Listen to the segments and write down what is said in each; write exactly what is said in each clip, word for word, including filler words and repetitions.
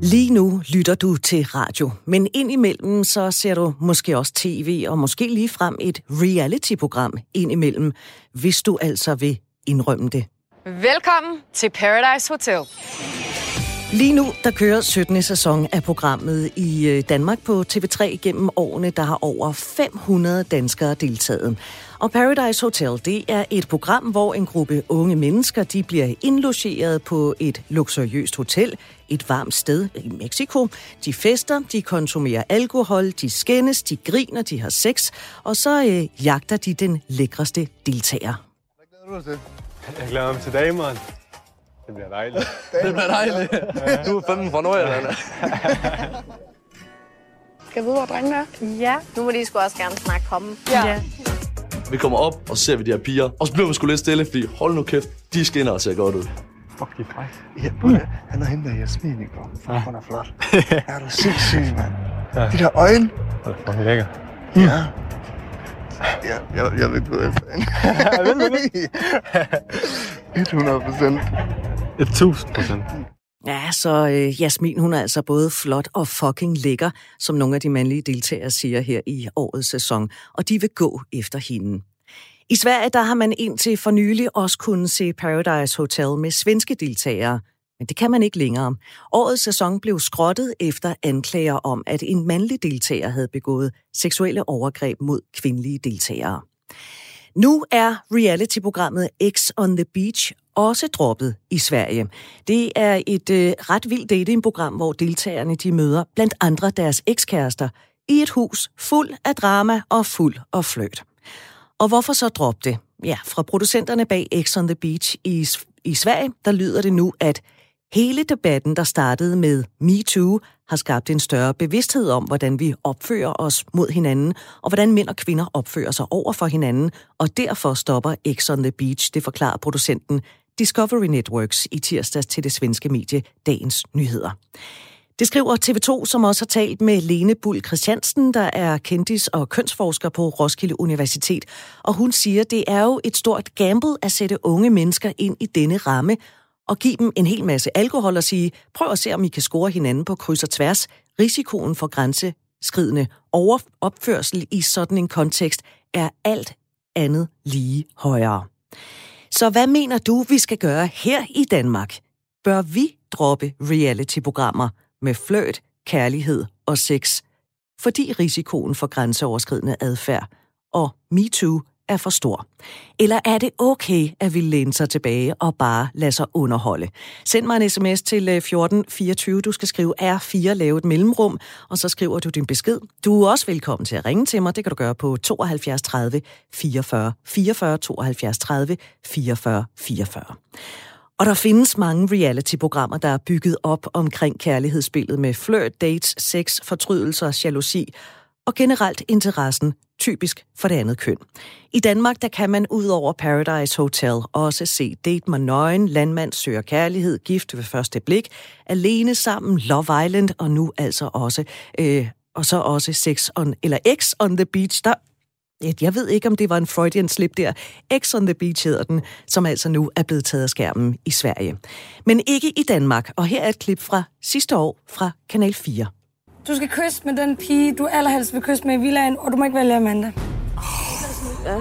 Lige nu lytter du til radio, men indimellem så ser du måske også tv, og måske ligefrem et reality-program indimellem, hvis du altså vil indrømme det. Velkommen til Paradise Hotel. Lige nu, der kører syttende sæson af programmet i Danmark på T V tre gennem årene, der har over fem hundrede danskere deltaget. Og Paradise Hotel, det er et program, hvor en gruppe unge mennesker, de bliver indlogeret på et luksuriøst hotel, et varmt sted i Mexico. De fester, de konsumerer alkohol, de skændes, de griner, de har sex, og så øh, jagter de den lækreste deltager. Hvad glæder du dig til? Jeg glæder mig til dameren. Det bliver dejligt. Det bliver dejligt. Ja. Du er fandme fra Nordjylland. Skal vi ud og drenge der? Ja. Nu må de sgu også gerne snakke komme. Ja. ja. Vi kommer op, og ser vi de her piger. Og så bliver vi sgu lidt stille, fordi hold nu kæft, de skinner og ser godt ud. Fuck, de er fræk. Ja, mm. Han har hentet Jasmin i går. Fuck, hun er flot. Er du sindssyg, mand? Ja. De der øjne. Det er fucking lækker. Mm. Ja. Ja, jeg, jeg vil gå efter hende. Ja, vil du det? hundrede procent. Et tusind procent. Ja, så øh, Jasmin, hun er altså både flot og fucking lækker, som nogle af de mandlige deltagere siger her i årets sæson, og de vil gå efter hende. I Sverige, der har man indtil for nylig også kunnet se Paradise Hotel med svenske deltagere, men det kan man ikke længere. Årets sæson blev skrottet efter anklager om, at en mandlig deltager havde begået seksuelle overgreb mod kvindelige deltagere. Nu er reality-programmet X on the Beach også droppet i Sverige. Det er et øh, ret vildt datingprogram, hvor deltagerne de møder blandt andre deres ekskærester i et hus fuld af drama og fuld af fløjt. Og hvorfor så droppe det? Ja, fra producenterne bag X on the Beach i, i Sverige, der lyder det nu, at hele debatten, der startede med MeToo, har skabt en større bevidsthed om, hvordan vi opfører os mod hinanden, og hvordan mænd og kvinder opfører sig over for hinanden, og derfor stopper X on the Beach, det forklarer producenten Discovery Networks i tirsdags til det svenske medie Dagens Nyheder. Det skriver T V to, som også har talt med Lene Bull Christiansen, der er kendis- og kønsforsker på Roskilde Universitet, og hun siger, det er jo et stort gamble at sætte unge mennesker ind i denne ramme, og give dem en hel masse alkohol og sige, prøv at se, om I kan score hinanden på kryds og tværs. Risikoen for grænseskridende overopførsel i sådan en kontekst er alt andet lige højere. Så hvad mener du, vi skal gøre her i Danmark? Bør vi droppe reality-programmer med fløjt, kærlighed og sex, fordi risikoen for grænseoverskridende adfærd og MeToo er for stor? Eller er det okay, at vi læner sig tilbage og bare lader sig underholde? Send mig en sms til fjorten fireogtyve. Du skal skrive R fire, lave et mellemrum, og så skriver du din besked. Du er også velkommen til at ringe til mig. Det kan du gøre på tooghalvfjerds tredive fireogfyrre fireogfyrre, tooghalvfjerds tredive fireogfyrre fireogfyrre. Og der findes mange reality-programmer, der er bygget op omkring kærlighedsspillet med flirt, dates, sex, fortrydelser, jalousi og generelt interessen, typisk for det andet køn. I Danmark, der kan man ud over Paradise Hotel også se Date mig nøgen, Landmand søger kærlighed, Gift ved første blik, Alene sammen, Love Island og nu altså også, øh, og så også Sex on, eller X on the Beach, der jeg ved ikke, om det var en Freudian slip der. X on the Beach hedder den, som altså nu er blevet taget af skærmen i Sverige. Men ikke i Danmark, og her er et klip fra sidste år fra Kanal fire. Du skal kysse med den pige, du allerhelst vil kysse med i villaen, og du må ikke vælge Amanda. Ja.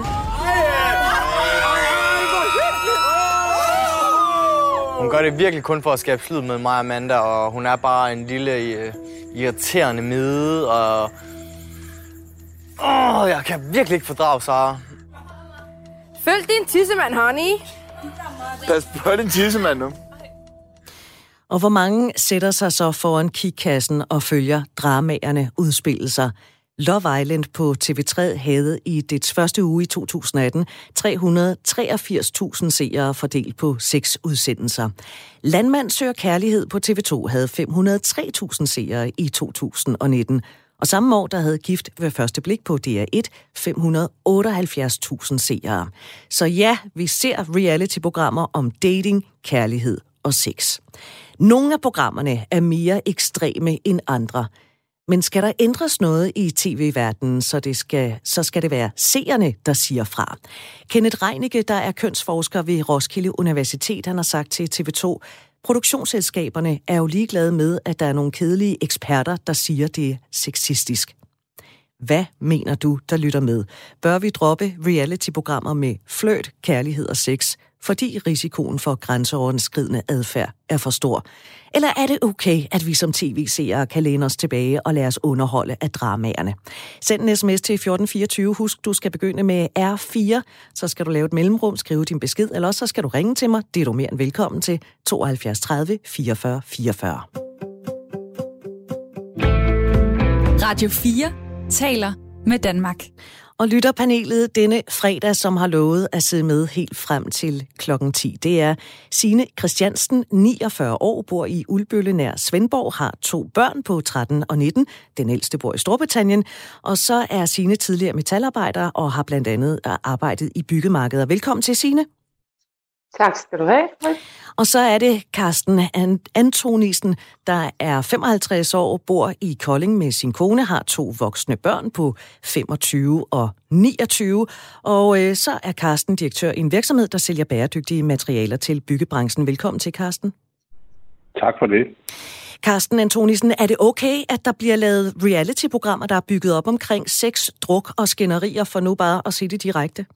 Hun gør det virkelig kun for at skabe slid med mig og Amanda, og hun er bare en lille irriterende mide, og Åh, oh, jeg kan virkelig ikke fordrage Sara. Følg din tissemand, honey. Pas på din tissemand nu. Og hvor mange sætter sig så foran kigkassen og følger dramaerne udspille sig? Love Island på T V tre havde i dets første uge i to tusind atten tre hundrede og treogfirs tusind seere fordelt på seks udsendelser. Landmand søger kærlighed på T V to havde fem hundrede og tre tusind seere i to tusind og nitten. Og samme år, der havde Gift ved første blik på D R et fem hundrede og otteoghalvfjerds tusind seere. Så ja, vi ser reality-programmer om dating, kærlighed og sex. Nogle af programmerne er mere ekstreme end andre. Men skal der ændres noget i tv-verdenen, så, det skal, så skal det være seerne, der siger fra. Kenneth Reinicke, der er kønsforsker ved Roskilde Universitet, han har sagt til T V to, produktionsselskaberne er jo ligeglade med, at der er nogle kedelige eksperter, der siger, det er sexistisk. Hvad mener du, der lytter med? Bør vi droppe reality-programmer med flirt, kærlighed og sex, fordi risikoen for grænseoverskridende adfærd er for stor? Eller er det okay, at vi som tv-seere kan læne os tilbage og lade os underholde af dramaerne? Send en sms til fjorten fireogtyve. Husk, du skal begynde med R fire. Så skal du lave et mellemrum, skrive din besked, eller også så skal du ringe til mig. Det er du mere end velkommen til tooghalvfjerds tredive fireogfyrre fireogfyrre. Radio fire taler med Danmark. Og lytterpanelet denne fredag, som har lovet at sidde med helt frem til klokken ti. Det er Signe Christiansen, niogfyrre år, bor i Ulbølle nær Svendborg, har to børn på tretten og nitten. Den ældste bor i Storbritannien. Og så er Signe tidligere metalarbejder og har blandt andet arbejdet i byggemarkeder. Velkommen til, Signe. Tak skal du have. Og så er det Carsten Antonisen, der er femoghalvtreds år, bor i Kolding med sin kone, har to voksne børn på femogtyve og niogtyve. Og øh, så er Carsten direktør i en virksomhed, der sælger bæredygtige materialer til byggebranchen. Velkommen til, Carsten. Tak for det. Carsten Antonisen, er det okay, at der bliver lavet reality-programmer, der er bygget op omkring sex, druk og skænderier, for nu bare at sige det direkte?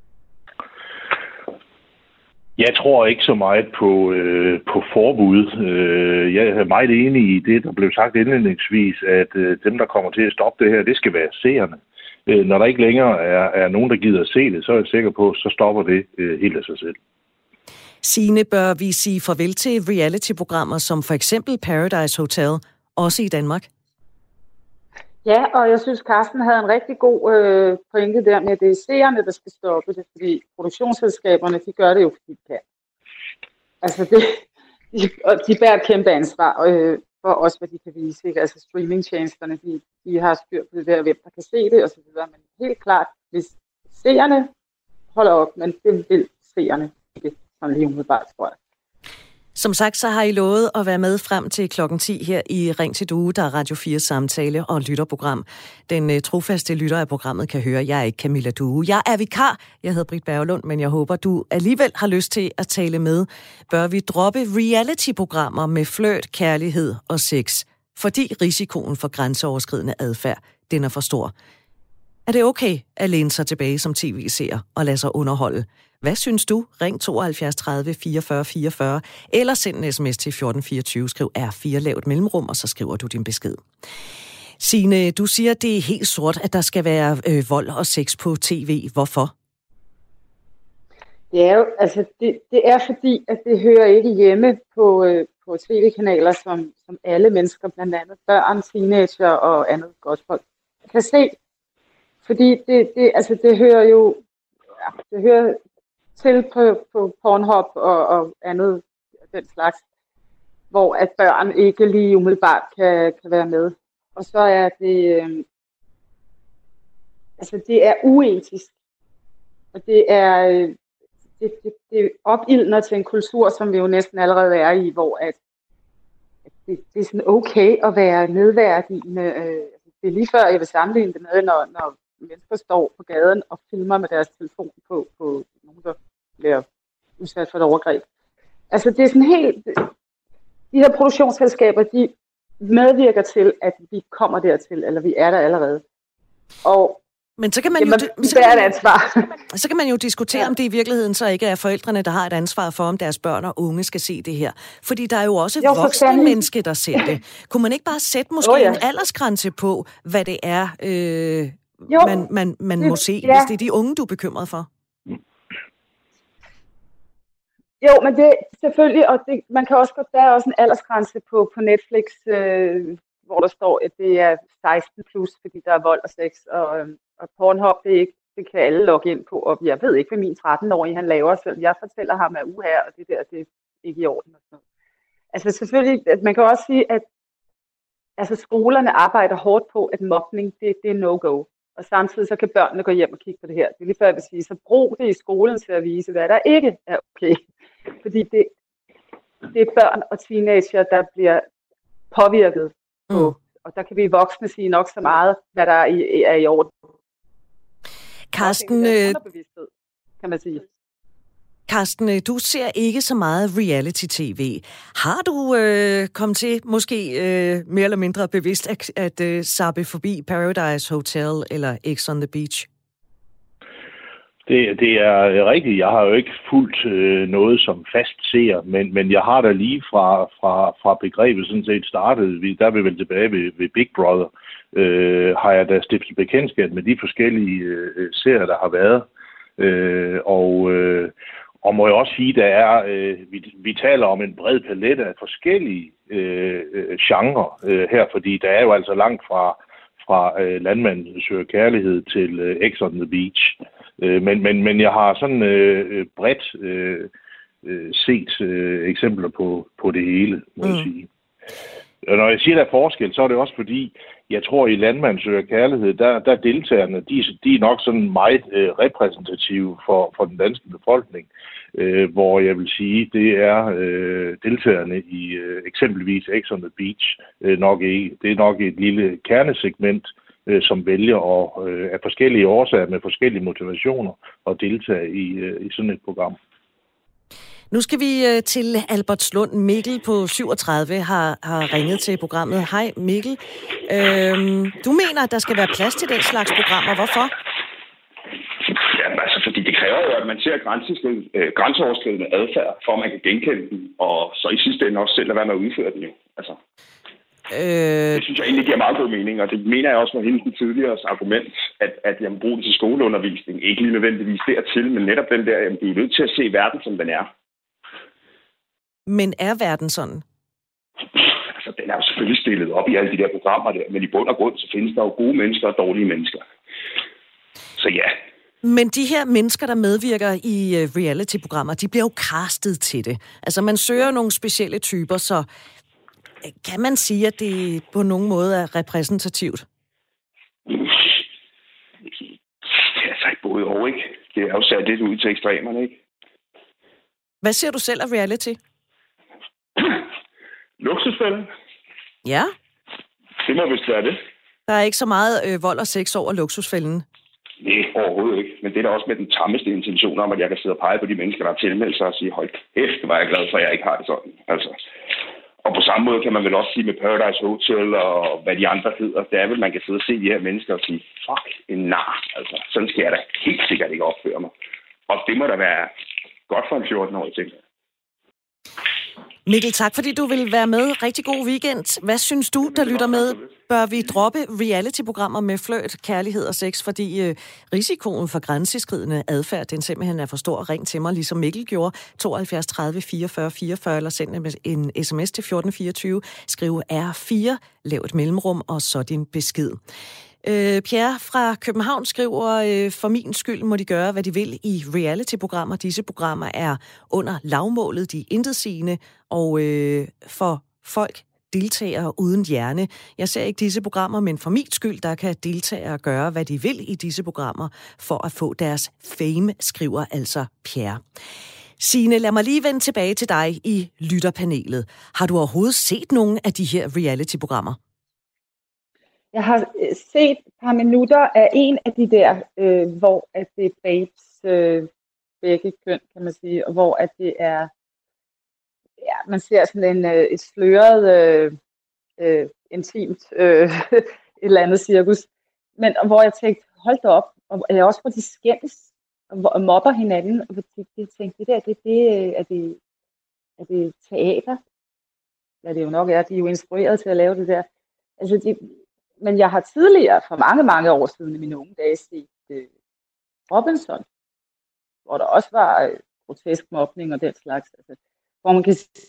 Jeg tror ikke så meget på, øh, på forbud. Øh, jeg er meget enig i det, der blev sagt indledningsvis, at øh, dem, der kommer til at stoppe det her, det skal være seerne. Øh, når der ikke længere er, er nogen, der gider at se det, så er jeg sikker på, så stopper det øh, helt af sig selv. Signe, bør vi sige farvel til reality-programmer som for eksempel Paradise Hotel, også i Danmark? Ja, og jeg synes, Carsten havde en rigtig god øh, pointe der med, at det er seerne, der skal stoppe det, fordi produktionsselskaberne, de gør det jo, fordi de kan. Altså, det, de, og de bærer et kæmpe ansvar øh, for os, hvad de kan vise. Ikke? Altså, streamingtjenesterne, de, de har styr på det der, hvem der kan se det, osv. Men helt klart, hvis seerne holder op, men det vil seerne ikke, sådan lige umiddelbart, tror jeg. Som sagt, så har I lovet at være med frem til klokken ti her i Ring til Due, der er Radio fire samtale- og lytterprogram. Den uh, trofaste lytter af programmet kan høre, jeg er ikke Camilla Due. Jeg er vikar. Jeg hedder Britt Berglund, men jeg håber, du alligevel har lyst til at tale med. Bør vi droppe reality-programmer med flirt, kærlighed og sex, fordi risikoen for grænseoverskridende adfærd, den er for stor? Er det okay at læne sig tilbage som tv-seer og lade sig underholde? Hvad synes du? Ring tooghalvfjerds tredive fireogfyrre fireogfyrre eller send en sms til fjorten fireogtyve, skriv R fire, lav et mellemrum, og så skriver du din besked. Signe, du siger, det er helt sort, at der skal være øh, vold og sex på tv. Hvorfor? Det er jo, altså det, det er fordi, at det hører ikke hjemme på, øh, på tv-kanaler, som, som alle mennesker, blandt andet børn, teenager og andet godt folk, kan se. Fordi det, det, altså det hører jo ja, det hører til på, på Pornhub og, og andet den slags, hvor at børn ikke lige umiddelbart kan, kan være med. Og så er det, øh, altså det er uetisk. Og det er, øh, det, det, det opildner til en kultur, som vi jo næsten allerede er i, hvor at, at det, det er sådan okay at være nedværdigende. Øh, det er lige før, jeg vil sammenligne det med, når, når mennesker står på gaden og filmer med deres telefon på, på nogen, der bliver udsat for et overgreb. Altså det er sådan helt... De her produktionsselskaber, de medvirker til, at vi kommer dertil, eller vi er der allerede. Og Men så kan man jamen, jo, så kan man, man, et ansvar. så kan man jo diskutere, ja. om det i virkeligheden så ikke er forældrene, der har et ansvar for, om deres børn og unge skal se det her. Fordi der er jo også jo, voksne mennesker, der ser det. Kunne man ikke bare sætte måske oh, ja. en aldersgrænse på, hvad det er, øh, jo, man, man, man det, må se, ja. hvis det er de unge, du er bekymret for? Jo, men det selvfølgelig, og det, man kan også godt, der er også en aldersgrænse på, på Netflix, øh, hvor der står, at det er seksten plus, fordi der er vold og sex, og, og Pornhub, det, er ikke, det kan alle logge ind på, og jeg ved ikke, hvad min tretten-årige han laver, selv jeg fortæller ham af uge her, og det der, det er ikke i orden. Og sådan noget. Altså selvfølgelig, at man kan også sige, at altså, skolerne arbejder hårdt på, at mobning, det, det er no-go. Og samtidig så kan børnene gå hjem og kigge på det her. Det er lige før jeg vil sige, så brug det i skolen til at vise, hvad der ikke er okay. Fordi det, det er børn og teenager, der bliver påvirket på. Mm. Og der kan vi voksne sige nok så meget, hvad der er i, er i orden. Carsten, øh... kan man sige. Karsten, du ser ikke så meget reality-tv. Har du øh, kommet til, måske øh, mere eller mindre bevidst, at, at øh, zappe forbi Paradise Hotel eller Ex on the Beach? Det, det er rigtigt. Jeg har jo ikke fulgt øh, noget som fast seer, men, men jeg har da lige fra, fra, fra begrebet sådan set startet, vi, der er vi vel tilbage ved, ved Big Brother, øh, har jeg da stiftet bekendtskab med de forskellige øh, serier, der har været. Øh, og, øh, og må jeg også sige, der er, øh, vi, vi taler om en bred palette af forskellige øh, øh, genrer øh, her, fordi der er jo altså langt fra, fra øh, landmanden søger kærlighed til øh, Ex on the Beach. Øh, men, men, men jeg har sådan øh, bredt øh, øh, set øh, eksempler på, på det hele, må mm. jeg sige. Og når jeg siger, der er forskel, så er det også fordi, jeg tror, i Landmand søger kærlighed, der, der er deltagerne, de, de er nok sådan meget øh, repræsentative for, for den danske befolkning. Øh, hvor jeg vil sige, det er øh, deltagerne i øh, eksempelvis Ex on the Beach øh, nok ikke. Det er nok et lille kernesegment, øh, som vælger at, øh, af forskellige årsager med forskellige motivationer at deltage i, øh, i sådan et program. Nu skal vi øh, til Albertslund. Mikkel på syvogtredive har, har ringet til programmet. Hej Mikkel. Øhm, du mener, at der skal være plads til den slags programmer. Hvorfor? Ja, altså fordi det kræver jo, at man ser øh, grænseoverskridende adfærd, for at man kan genkende den, og så i sidste ende også selv at være med at udføre den jo. Altså. Øh... Det synes jeg egentlig giver meget god mening, og det mener jeg også med hende den tidligere argument, at, at jeg må bruge det til skoleundervisning. Ikke lige nødvendigvis dertil, men netop den der, at du er nødt til at se verden, som den er. Men er verden sådan? Altså, den er jo selvfølgelig stillet op i alle de der programmer der, men i bund og grund, så findes der jo gode mennesker og dårlige mennesker. Så ja. Men de her mennesker, der medvirker i reality-programmer, de bliver jo castet til det. Altså, man søger nogle specielle typer, så kan man sige, at det på nogen måde er repræsentativt? Det er altså ikke både og, ikke? Det er jo sat lidt ud til ekstremerne, ikke? Hvad ser du selv af reality? Luksusfælden. Ja. Det må vist være det. Der er ikke så meget øh, vold og sex over Luksusfælden. Nej, overhovedet ikke. Men det er da også med den tammeste intention om, at jeg kan sidde og pege på de mennesker, der har tilmeldt sig og sige, hold kæft, hvor er jeg glad for, at jeg ikke har det sådan. Altså. Og på samme måde kan man vel også sige med Paradise Hotel og hvad de andre hedder. Det er vel, man kan sidde og se de her mennesker og sige, fuck, en nar. Altså, sådan skal jeg da helt sikkert ikke opføre mig. Og det må da være godt for en fjorten-årig ting. Mikkel, tak fordi du vil være med. Rigtig god weekend. Hvad synes du, der lytter med? Bør vi droppe reality-programmer med flirt, kærlighed og sex, fordi øh, risikoen for grænseskridende adfærd, den simpelthen er for stor? Ring til mig, ligesom Mikkel gjorde, tooghalvfjerds tredive fireogfyrre fireogfyrre, eller send en sms til fjorten fireogtyve. Skriv R fire, lav et mellemrum, og så din besked. Øh, Pierre fra København skriver, øh, for min skyld må de gøre, hvad de vil i reality-programmer. Disse programmer er under lavmålet, de er intetsigende, og øh, for folk deltagere uden hjerne. Jeg ser ikke disse programmer, men for min skyld, der kan deltagere gøre, hvad de vil i disse programmer, for at få deres fame, skriver altså Pierre. Signe, lad mig lige vende tilbage til dig i lytterpanelet. Har du overhovedet set nogle af de her reality-programmer? Jeg har set et par minutter af en af de der, øh, hvor at det er babes øh, begge køn, kan man sige, og hvor at det er, ja, man ser sådan en, øh, et sløret, øh, øh, intimt, øh, et eller andet cirkus, men hvor jeg tænkte, hold da op, og jeg også hvor de skændes og mobber hinanden, og jeg tænkte, det der, det, det, er, det, er det teater? Ja, det jo nok er, de er jo instrueret til at lave det der. Altså, de, men jeg har tidligere, for mange, mange år siden i mine unge dage, set øh, Robinson, hvor der også var øh, grotesk mobning og den slags. Altså, hvor man kan sige,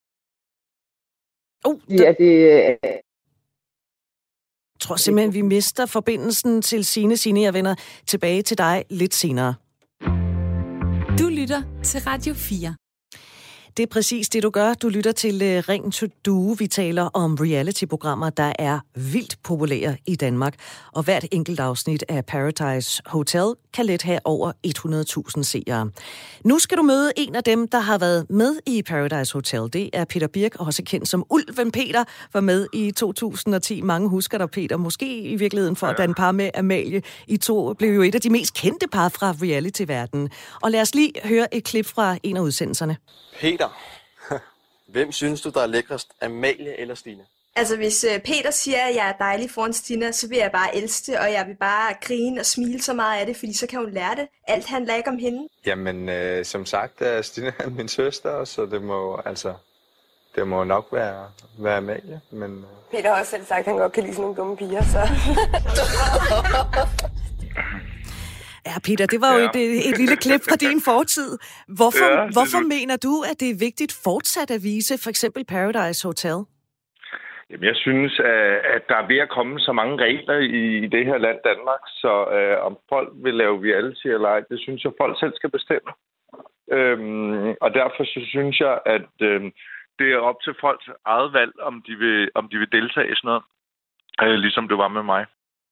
uh, der... at det... Øh, jeg tror simpelthen, vi mister forbindelsen til Signe. Signe, jeg vender tilbage til dig lidt senere. Du lytter til Radio fire. Det er præcis det, du gør. Du lytter til uh, Ring til Due. Vi taler om reality-programmer, der er vildt populære i Danmark. Og hvert enkelt afsnit af Paradise Hotel kan let have over hundrede tusind seere. Nu skal du møde en af dem, der har været med i Paradise Hotel. Det er Peter Birch, også kendt som Ulven Peter, var med i to tusind og ti. Mange husker dig, Peter. Måske i virkeligheden for at danne par med Amalie. I to blev jo et af de mest kendte par fra reality-verdenen. Og lad os lige høre et klip fra en af udsendelserne. Peter, hvem synes du, der er lækrest, Amalie eller Stine? Altså, hvis Peter siger, at jeg er dejlig foran Stina, så vil jeg bare elske det, og jeg vil bare grine og smile så meget af det, fordi så kan hun lære det. Alt handler ikke om hende. Jamen, øh, som sagt er Stina min søster, så det må altså det må nok være, være Amalie. Men, øh... Peter har også selv sagt, at han godt kan lide sådan nogle dumme piger, så... Ja, Peter, det var jo ja. et, et lille klip fra din fortid. Hvorfor, ja, hvorfor mener du, at det er vigtigt fortsat at vise for eksempel Paradise Hotel? Jamen, jeg synes, at der er ved at komme så mange regler i det her land Danmark, så øh, om folk vil lave reality eller ej, det synes jeg, folk selv skal bestemme. Øhm, og derfor så synes jeg, at øh, det er op til folks eget valg, om de vil, om de vil deltage i sådan noget, øh, ligesom det var med mig.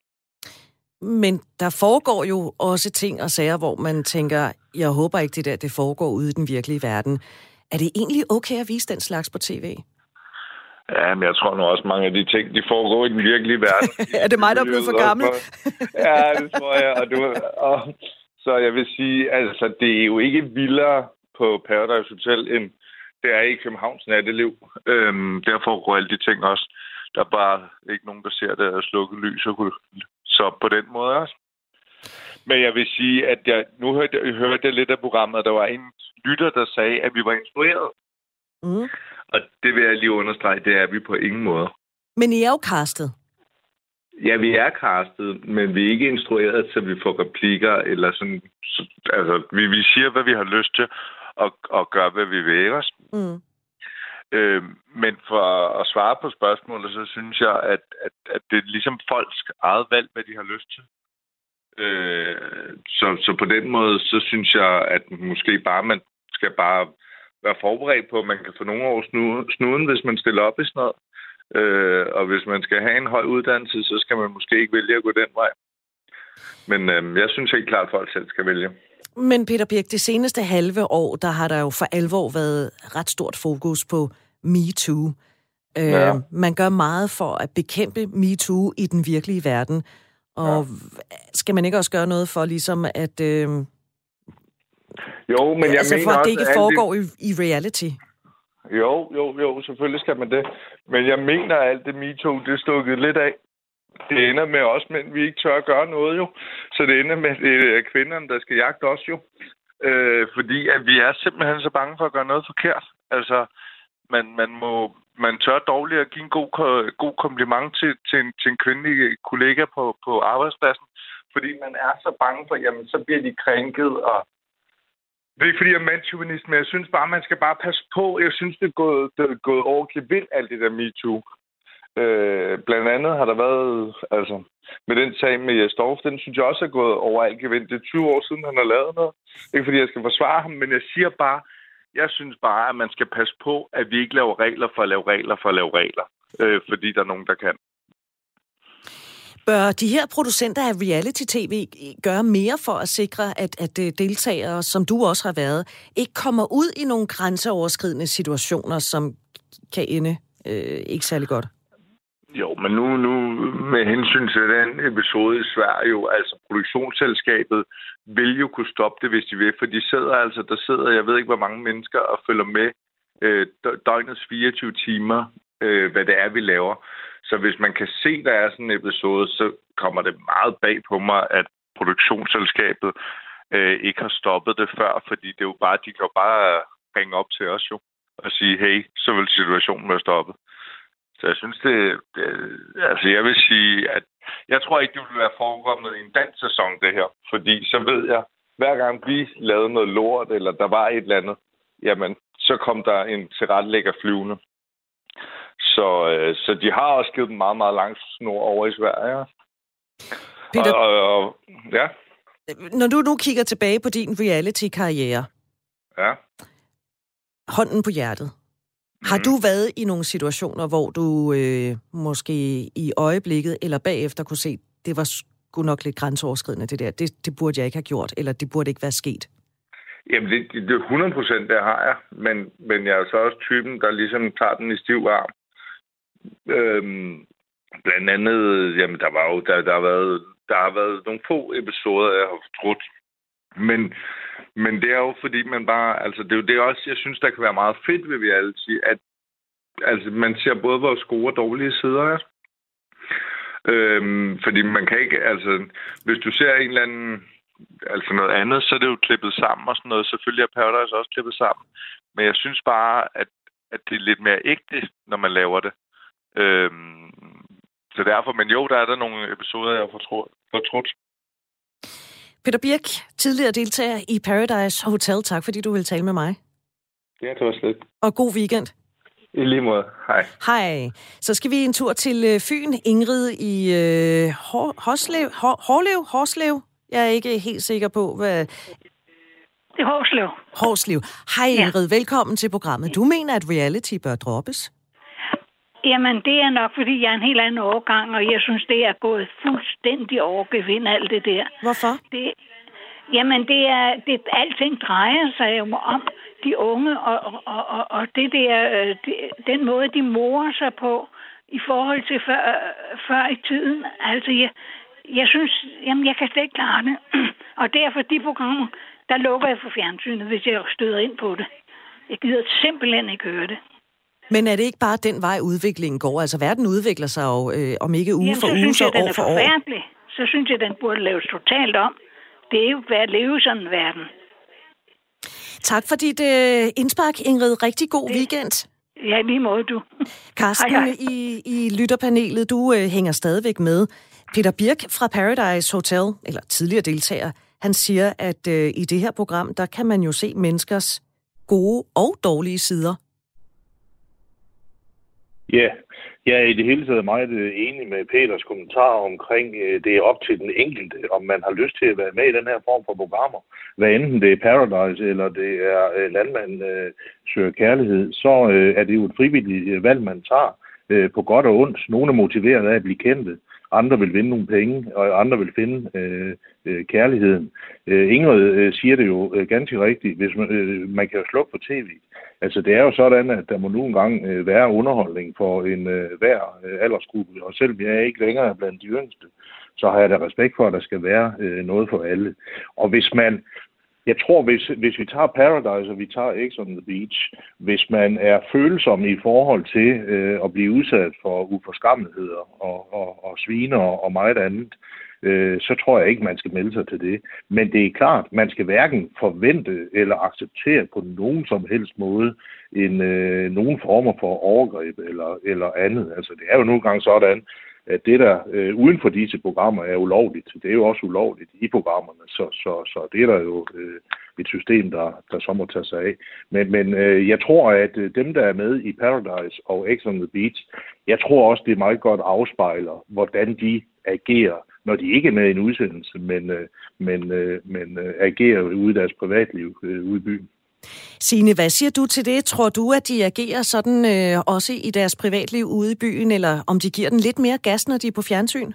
Men der foregår jo også ting og sager, hvor man tænker, jeg håber ikke det der, det foregår ude i den virkelige verden. Er det egentlig okay at vise den slags på tv? Ja, men jeg tror nu også, mange af de ting, de foregår i den virkelige verden. Er det mig, der er blevet for gammel? Ja, det tror jeg. Og du, og, så jeg vil sige, altså, det er jo ikke vildere på Paradise Hotel, end det er i Københavns natteliv. Øhm, derfor går alle de ting også. Der er bare ikke nogen, der ser det og slukker lys og kunne... Så på den måde også. Men jeg vil sige, at jeg, nu hørte jeg, hørte jeg lidt af programmet, og der var en lytter, der sagde, at vi var instrueret. Mm. Og det vil jeg lige understrege, det er vi på ingen måde. Men I er jo castet. Ja, vi er castet, men vi er ikke instrueret, så vi får replikker, eller sådan... Så, altså, vi, vi siger, hvad vi har lyst til, og, og gør, hvad vi vil også. Mm. Øh, men for at svare på spørgsmålet, så synes jeg, at, at, at det er ligesom folks eget valg, hvad de har lyst til. Øh, så, så på den måde, så synes jeg, at måske bare man skal bare være forberedt på, at man kan få nogle år snuden, hvis man stiller op i sådan noget. Øh, og hvis man skal have en høj uddannelse, så skal man måske ikke vælge at gå den vej. Men øh, jeg synes helt klart, at folk selv skal vælge. Men Peter Birch, det seneste halve år, der har der jo for alvor været ret stort fokus på MeToo. Øh, ja. Man gør meget for at bekæmpe MeToo i den virkelige verden. Og ja. Skal man ikke også gøre noget for ligesom at... Øh, jo, men jeg altså mener for at det også, ikke at foregår det... i, i reality? Jo, jo, jo, selvfølgelig skal man det. Men jeg mener, at alt det MeToo, det er stukket lidt af. Det ender med os, men vi ikke tør at gøre noget jo. Så det ender med, at det er kvinderne, der skal jagte os jo. Øh, fordi at vi er simpelthen så bange for at gøre noget forkert. Altså, man, man må... Man tør dårligt at give en god, god kompliment til, til, en, til en kvindelig kollega på, på arbejdspladsen, fordi man er så bange for, jamen, så bliver de krænket, og det er ikke fordi, jeg er mandschauvinist, men jeg synes bare, man skal bare passe på. Jeg synes, det er gået, det er gået overklidt vildt, alt det der MeToo. Øh, blandt andet har der været, altså, med den sag med Jes Dorph, den synes jeg også er gået over alt gevind. Det er tyve år siden, han har lavet noget. Ikke fordi jeg skal forsvare ham, men jeg siger bare, jeg synes bare, at man skal passe på, at vi ikke laver regler for at lave regler for at lave regler. Øh, fordi der er nogen, der kan. Bør de her producenter af reality-tv gøre mere for at sikre, at, at deltagere, som du også har været, ikke kommer ud i nogle grænseoverskridende situationer, som kan ende øh, ikke særlig godt? Jo, men nu, nu med hensyn til den episode i Sverige, jo, altså produktionsselskabet vil jo kunne stoppe det, hvis de vil, for de sidder altså, der sidder, jeg ved ikke, hvor mange mennesker og følger med øh, døgnets fireogtyve timer, øh, hvad det er, vi laver. Så hvis man kan se, der er sådan en episode, så kommer det meget bag på mig, at produktionsselskabet øh, ikke har stoppet det før, fordi det er jo bare, de kan jo bare ringe op til os jo og sige, hey, så vil situationen være stoppet. Så jeg synes, det, det... Altså, jeg vil sige, at jeg tror ikke, det vil være forekommet i en dansk sæson, det her. Fordi så ved jeg, hver gang vi lavede noget lort, eller der var et eller andet, jamen, så kom der en tilrettelægger flyvende. Så, øh, så de har også givet dem meget, meget lang snor over i Sverige. Peter, og, og, og, ja. Når du nu kigger tilbage på din reality-karriere, ja. hånden på hjertet. Har du været i nogle situationer, hvor du øh, måske i øjeblikket eller bagefter kunne se, det var sgu nok lidt grænseoverskridende, det der. Det, det burde jeg ikke have gjort, eller det burde ikke være sket? Jamen, det, det er hundrede procent, det har jeg. Men, men jeg er så også typen, der ligesom tager den i stiv arm. Øhm, blandt andet, jamen, der var jo, der, der har været, der har været nogle få episoder, jeg har fortrudt. Men, men det er jo fordi, man bare, altså, det er jo det også, jeg synes, der kan være meget fedt ved reality, at altså, man ser både vores gode og dårlige sider, ja. Øhm, fordi man kan ikke, altså, hvis du ser en eller anden, altså noget andet, så er det jo klippet sammen og sådan noget. Selvfølgelig er Paradise også klippet sammen. Men jeg synes bare, at, at det er lidt mere ægte, når man laver det. Øhm, så derfor, men jo, der er der nogle episoder, jeg har fortrudt. Peter Birch, tidligere deltager i Paradise Hotel. Tak, fordi du ville tale med mig. Ja, det var slet. Og god weekend. I lige måde. Hej. Hej. Så skal vi en tur til Fyn. Ingrid i øh, Horslev. Hårlev? Horslev? Jeg er ikke helt sikker på, hvad... Det er Horslev. Horslev. Hej Ingrid, ja. Velkommen til programmet. Du mener, at reality bør droppes? Jamen, det er nok, fordi jeg er en helt anden årgang, og jeg synes, det er gået fuldstændig overgevind, alt det der. Hvorfor? Det, jamen, det er, det, alting drejer sig jo om de unge, og, og, og, og det der, det, den måde, de morer sig på, i forhold til før, før i tiden. Altså, jeg, jeg synes, jamen, jeg kan slet ikke klare det. Og derfor de programmer, der lukker jeg for fjernsynet, hvis jeg støder ind på det. Jeg gider simpelthen ikke høre det. Men er det ikke bare den vej, udviklingen går? Altså, verden udvikler sig jo, øh, om ikke uge Jamen, for uge, så år for år. så synes jeg, den er forfærdelig. Så synes jeg, den burde laves totalt om. Det er jo værd at leve sådan en verden. Tak for dit øh, indspark, Ingrid. Rigtig god det. weekend. Ja, lige måde, du. Karsten, hej, hej. I, i lytterpanelet, du øh, hænger stadigvæk med. Peter Birch fra Paradise Hotel, eller tidligere deltager, han siger, at øh, i det her program, der kan man jo se menneskers gode og dårlige sider. Ja, yeah. Jeg er i det hele taget meget enig med Peters kommentar omkring, det er op til den enkelte, om man har lyst til at være med i den her form for programmer. Hvad enten det er Paradise, eller det er Landmand øh, søger kærlighed, så øh, er det jo et frivilligt valg, man tager øh, på godt og ondt. Nogle er motiveret af at blive kendte, andre vil vinde nogle penge, og andre vil finde øh, øh, kærligheden. Øh, Ingrid øh, siger det jo øh, ganske rigtigt, hvis man, øh, man kan jo slukke for tv. Altså, det er jo sådan, at der må nogle gange øh, være underholdning for en øh, hver øh, aldersgruppe, og selvom jeg ikke længere er blandt de yngste, så har jeg da respekt for, at der skal være øh, noget for alle. Og hvis man, jeg tror, hvis, hvis vi tager Paradise, og vi tager X on the Beach, hvis man er følsom i forhold til øh, at blive udsat for uforskammeligheder og, og, og sviner og meget andet, øh, så tror jeg ikke, man skal melde sig til det. Men det er klart, man skal hverken forvente eller acceptere på nogen som helst måde en, øh, nogen former for overgreb eller, eller andet. Altså, det er jo nogle gange sådan, at det, der øh, uden for disse programmer er ulovligt, det er jo også ulovligt i programmerne, så, så, så det er der jo øh, et system, der, der så må tage sig af. Men, men øh, jeg tror, at øh, dem, der er med i Paradise og X on the Beach, jeg tror også, det meget godt afspejler, hvordan de agerer, når de ikke er med i en udsendelse, men, øh, men, øh, men øh, agerer ude i deres privatliv øh, ude i byen. Signe, hvad siger du til det? Tror du, at de agerer sådan øh, også i deres privatliv ude i byen, eller om de giver den lidt mere gas, når de er på fjernsyn?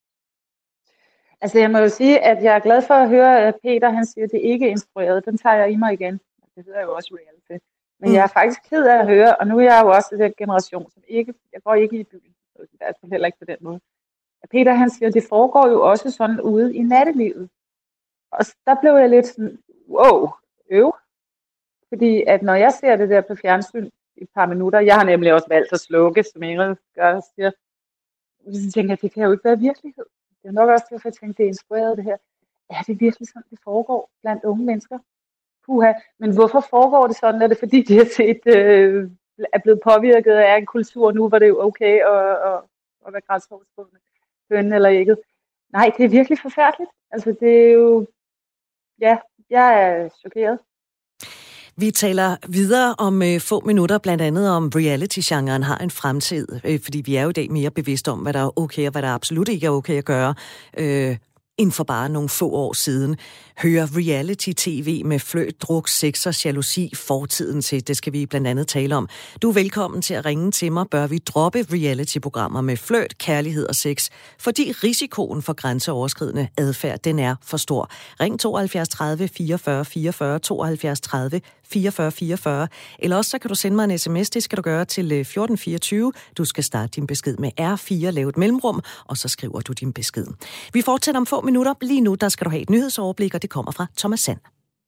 Altså, jeg må jo sige, at jeg er glad for at høre, at Peter han siger, at det ikke er instrueret. Den tager jeg i mig igen. Det hedder jo også reality. Men mm. jeg er faktisk ked af at høre, og nu er jeg jo også den generation, som ikke, jeg går ikke i byen. I hvert fald heller ikke på den måde. At Peter han siger, at det foregår jo også sådan ude i nattelivet. Og der blev jeg lidt sådan, wow, øv. Fordi at når jeg ser det der på fjernsyn i et par minutter, jeg har nemlig også valgt at slukke, som Ingrid gør, siger, så tænker jeg, at det kan jo ikke være virkelighed. Det er nok også derfor, jeg tænker, at det er inspireret det her. Er det virkelig sådan, det foregår blandt unge mennesker? Puha. Men hvorfor foregår det sådan? Er det fordi, de har set, øh, er blevet påvirket af en kultur nu, hvor det er jo okay at, at, at være grænseoverskridende, høn eller ikke? Nej, det er virkelig forfærdeligt. Altså, det er jo... Ja, jeg er chokeret. Vi taler videre om øh, få minutter, blandt andet om reality-genren har en fremtid, øh, fordi vi er jo i dag mere bevidste om, hvad der er okay og hvad der absolut ikke er okay at gøre. Øh, end for bare nogle få år siden. Høre reality-tv med fløjt, druk, sex og jalousi fortiden til. Det skal vi blandt andet tale om. Du er velkommen til at ringe til mig. Bør vi droppe reality-programmer med fløjt, kærlighed og sex? Fordi risikoen for grænseoverskridende adfærd, den er for stor. Ring tooghalvfjerds tredive fireogfyrre fireogfyrre, tooghalvfjerds tredive fireogfyrre fireogfyrre. Eller også så kan du sende mig en sms. Det skal du gøre til fjorten fireogtyve. Du skal starte din besked med R fire, lave et mellemrum, og så skriver du din besked. Vi fortsætter om få minutter. Lige nu, der skal du have et nyhedsoverblik, og det kommer fra Thomas Sand.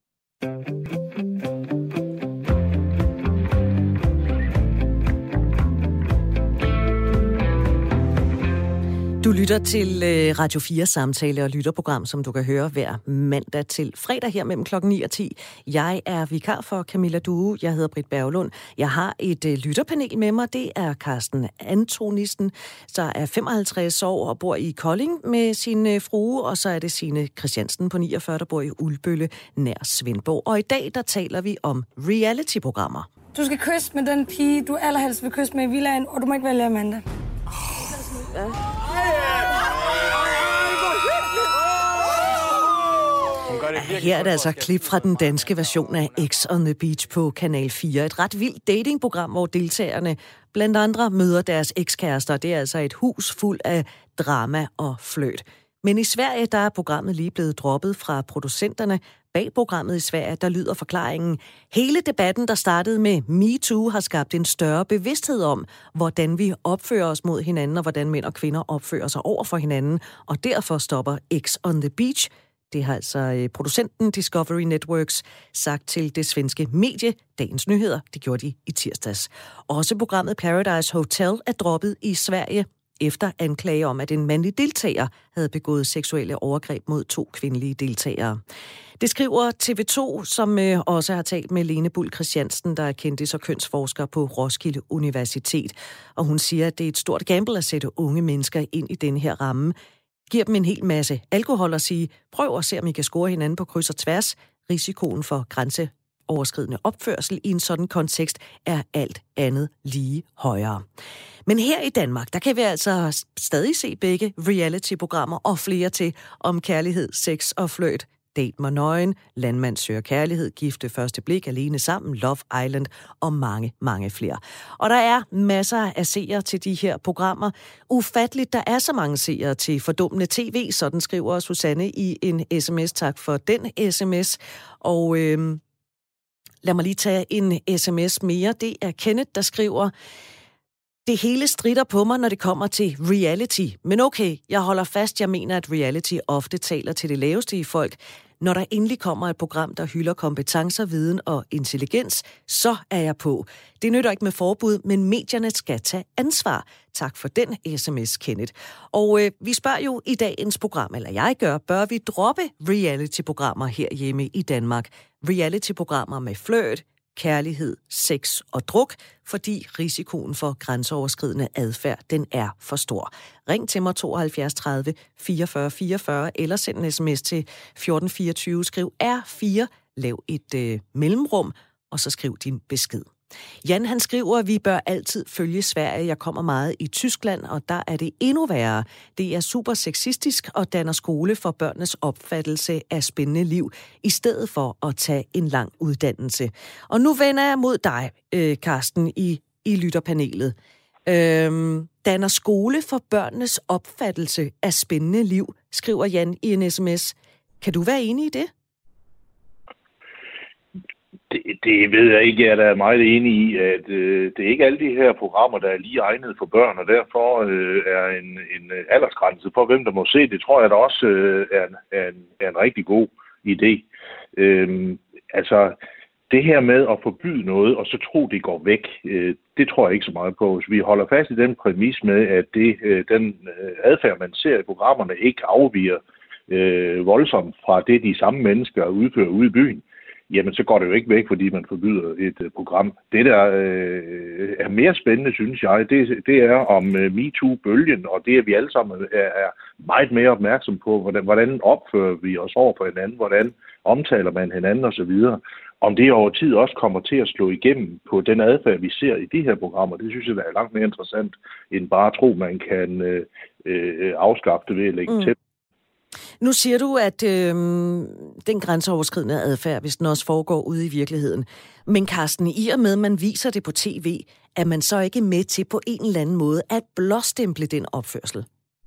Du lytter til Radio fire samtale og lytterprogram, som du kan høre hver mandag til fredag her mellem klokken ni og ti. Jeg er vikar for Camilla Due. Jeg hedder Britt Berglund. Jeg har et lytterpanel med mig. Det er Carsten Antonissen, der er femoghalvtreds år og bor i Kolding med sin frue. Og så er det Signe Christiansen på niogfyrre, der bor i Ulbølle nær Svendborg. Og i dag, der taler vi om reality-programmer. Du skal kysse med den pige, du allerhelst vil kysse med i villaen, og du må ikke vælge Amanda. Ja. Her er der altså klip fra den danske version af X on the Beach på Kanal fire. Et ret vildt datingprogram, hvor deltagerne blandt andre møder deres ekskærester. Det er altså et hus fuld af drama og fløjt. Men i Sverige, der er programmet lige blevet droppet fra producenterne. Bag programmet i Sverige, der lyder forklaringen: hele debatten, der startede med MeToo, har skabt en større bevidsthed om, hvordan vi opfører os mod hinanden, og hvordan mænd og kvinder opfører sig over for hinanden. Og derfor stopper X on the Beach. Det har altså producenten Discovery Networks sagt til det svenske medie Dagens Nyheder. Det gjorde de i tirsdags. Også programmet Paradise Hotel er droppet i Sverige efter anklage om, at en mandlig deltager havde begået seksuelle overgreb mod to kvindelige deltagere. Det skriver T V to, som også har talt med Lene Bull Christiansen, der er kendis- og kønsforsker på Roskilde Universitet. Og hun siger, at det er et stort gamble at sætte unge mennesker ind i denne her ramme. Giver dem en hel masse alkohol og sige, prøv at se, om I kan score hinanden på kryds og tværs. Risikoen for grænseoverskridende opførsel i en sådan kontekst er alt andet lige højere. Men her i Danmark, der kan vi altså stadig se begge reality-programmer og flere til om kærlighed, sex og fløjt. Date mig nøgen, Landmand søger kærlighed, Gifte første blik, Alene sammen, Love Island og mange, mange flere. Og der er masser af seere til de her programmer. Ufatteligt, der er så mange seere til fordummende tv, sådan skriver Susanne i en sms. Tak for den sms. Og øh, lad mig lige tage en sms mere. Det er Kenneth, der skriver: det hele stritter på mig, når det kommer til reality. Men okay, jeg holder fast. Jeg mener, at reality ofte taler til det laveste i folk. Når der endelig kommer et program, der hylder kompetencer, viden og intelligens, så er jeg på. Det nytter ikke med forbud, men medierne skal tage ansvar. Tak for den sms, Kenneth. Og øh, vi spørger jo i dagens program, eller jeg gør, bør vi droppe reality-programmer herhjemme i Danmark? Reality-programmer med fløjt, kærlighed, sex og druk, fordi risikoen for grænseoverskridende adfærd, den er for stor. Ring til mig tooghalvfjerds tredive fireogfyrre fireogfyrre, eller send en sms til fjorten fireogtyve, skriv R fire, lav et øh, mellemrum, og så skriv din besked. Jan, han skriver, at vi bør altid følge Sverige. Jeg kommer meget i Tyskland, og der er det endnu værre. Det er super sexistisk og danner skole for børnenes opfattelse af spændende liv, i stedet for at tage en lang uddannelse. Og nu vender jeg mod dig, øh, Carsten, i, i lytterpanelet. Øhm, danner skole for børnenes opfattelse af spændende liv, skriver Jan i en sms. Kan du være enig i det? Det, det ved jeg ikke. Jeg er da meget enig i, at øh, det er ikke alle de her programmer, der er lige egnet for børn, og derfor øh, er en, en aldersgrænse for, hvem der må se det, tror jeg da også øh, er, en, er, en, er en rigtig god idé. Øh, altså, det her med at forbyde noget, og så tro, det går væk, øh, det tror jeg ikke så meget på. Hvis vi holder fast i den præmis med, at det, øh, den øh, adfærd, man ser i programmerne, ikke afviger øh, voldsomt fra det, de samme mennesker udfører ude i byen, jamen så går det jo ikke væk, fordi man forbyder et uh, program. Det, der øh, er mere spændende, synes jeg, det, det er om uh, MeToo-bølgen, og det, at vi alle sammen er, er meget mere opmærksom på, hvordan, hvordan opfører vi os over for hinanden, hvordan omtaler man hinanden osv. Om det over tid også kommer til at slå igennem på den adfærd, vi ser i de her programmer, det synes jeg, der er langt mere interessant, end bare at tro, man kan øh, øh, afskaffe det ved at lægge mm. til. Nu siger du, at øh, den grænseoverskridende adfærd, hvis den også foregår ude i virkeligheden. Men Carsten, i og med, at man viser det på tv, er man så ikke med til på en eller anden måde at blåstemple den opførsel?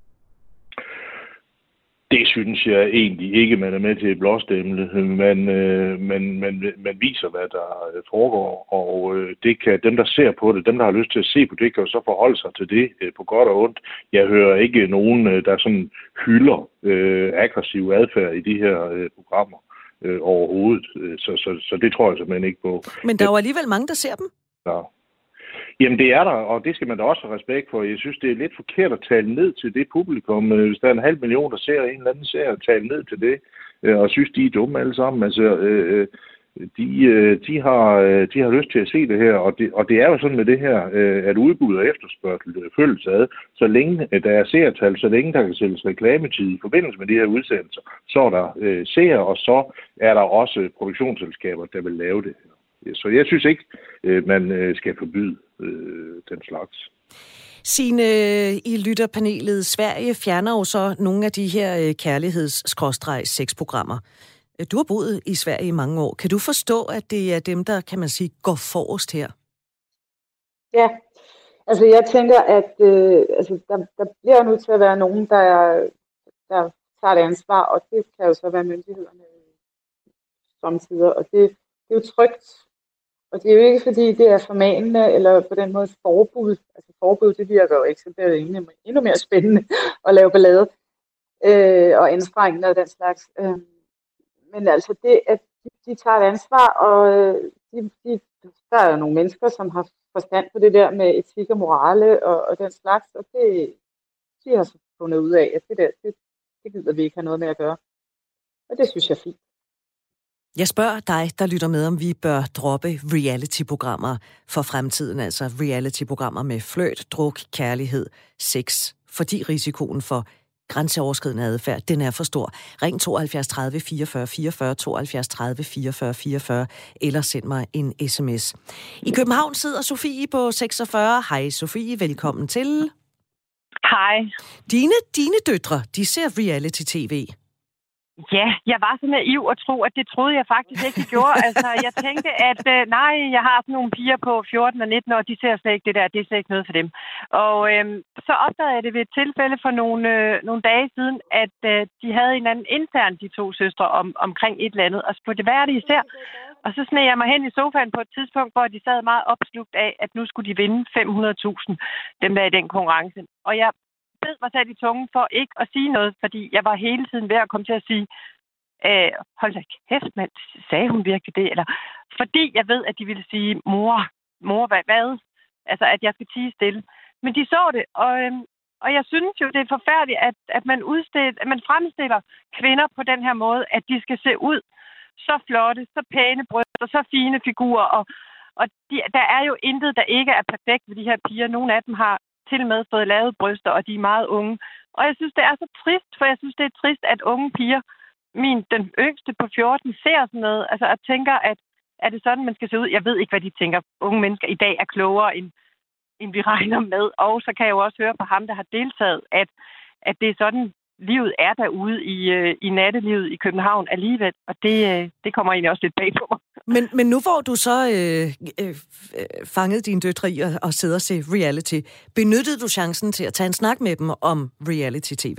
Det synes jeg egentlig ikke, man er med til at blåstemple. Man, øh, man, man, man viser, hvad der foregår, og øh, det kan dem, der ser på det, dem, der har lyst til at se på det, kan jo så forholde sig til det øh, på godt og ondt. Jeg hører ikke nogen, øh, der sådan hylder øh, aggressiv adfærd i de her øh, programmer øh, overhovedet. Så, så, så det tror jeg simpelthen ikke på. Men der er jo alligevel mange, der ser dem. Ja. Jamen det er der, og det skal man da også have respekt for. Jeg synes, det er lidt forkert at tale ned til det publikum. Hvis der er en halv million, der ser en eller anden serie, at tale ned til det, og synes, de er dumme alle sammen. Altså, øh, de, de, har, de har lyst til at se det her, og det, og det er jo sådan med det her, at udbud og efterspørgsel følges ad. Så længe der er seertal, så længe der kan sælges reklametid i forbindelse med de her udsendelser, så er der øh, seere, og så er der også produktionsselskaber, der vil lave det her. Så jeg synes ikke, man skal forbyde øh, den slags. Signe, i lytterpanelet, Sverige fjerner jo så nogle af de her kærligheds-sexprogrammer. Du har boet i Sverige i mange år. Kan du forstå, at det er dem, der, kan man sige, går forrest her? Ja, altså jeg tænker, at øh, altså, der, der bliver nødt til at være nogen, der, der tager det ansvar, og det kan jo så være myndighederne samtidig, og det, det er jo trygt. Og det er jo ikke, fordi det er formanende, eller på den måde forbud. Altså forbud, det virker jo ikke, så det er endnu, endnu mere spændende at lave ballade øh, og anstrengende og den slags. Øh, men altså det, at de, de tager et ansvar, og de, de, der er jo nogle mennesker, som har forstand på det der med etik og morale og, og den slags, og det, de har så fundet ud af, at det der, det, det gider vi ikke have noget med at gøre. Og det synes jeg er fint. Jeg spørger dig, der lytter med, om vi bør droppe reality-programmer for fremtiden, altså reality-programmer med flirt, druk, kærlighed, sex, fordi risikoen for grænseoverskridende adfærd, den er for stor. Ring tooghalvfjerds tredive fireogfyrre fireogfyrre, tooghalvfjerds tredive fireogfyrre fireogfyrre, eller send mig en sms. I København sidder Sofie på seksogfyrre. Hej Sofie, velkommen til. Hej. Dine, dine døtre, de ser reality-tv. Ja, jeg var så naiv at tro, at det troede jeg faktisk ikke, de gjorde. Altså, jeg tænkte, at øh, nej, jeg har sådan nogle piger på fjorten og nitten år, de ser slet ikke det der, det er slet ikke noget for dem. Og øh, så opdagede jeg det ved et tilfælde for nogle, øh, nogle dage siden, at øh, de havde en anden intern, de to søstre, om, omkring et eller andet. Og på det værd, de især. Og så sneg jeg mig hen i sofaen på et tidspunkt, hvor de sad meget opslugt af, at nu skulle de vinde fem hundrede tusind, dem der i den konkurrence. Og jeg bed mig sat i tungen for ikke at sige noget, fordi jeg var hele tiden ved at komme til at sige, øh, hold da kæft, mand, sagde hun virkelig det? Eller, fordi jeg ved, at de ville sige, mor, mor, hvad? hvad? Altså, at jeg skal tie stille. Men de så det, og, øh, og jeg synes jo, det er forfærdeligt, at, at, man udstiller, at man fremstiller kvinder på den her måde, at de skal se ud så flotte, så pæne bryster, så fine figurer, og, og de, der er jo intet, der ikke er perfekt ved de her piger. Nogle af dem har til og med fået lavet bryster, og de er meget unge. Og jeg synes, det er så trist, for jeg synes, det er trist, at unge piger, min, den yngste på fjorten, ser sådan noget, altså at tænker, at er det sådan, man skal se ud? Jeg ved ikke, hvad de tænker. Unge mennesker i dag er klogere, end, end vi regner med. Og så kan jeg jo også høre på ham, der har deltaget, at, at det er sådan, livet er derude i, øh, i nattelivet i København alligevel, og det, øh, det kommer egentlig også lidt bag på mig. Men, men nu hvor du så øh, øh, fanget dine døtre i at, at sidde og se reality, benyttede du chancen til at tage en snak med dem om reality-tv?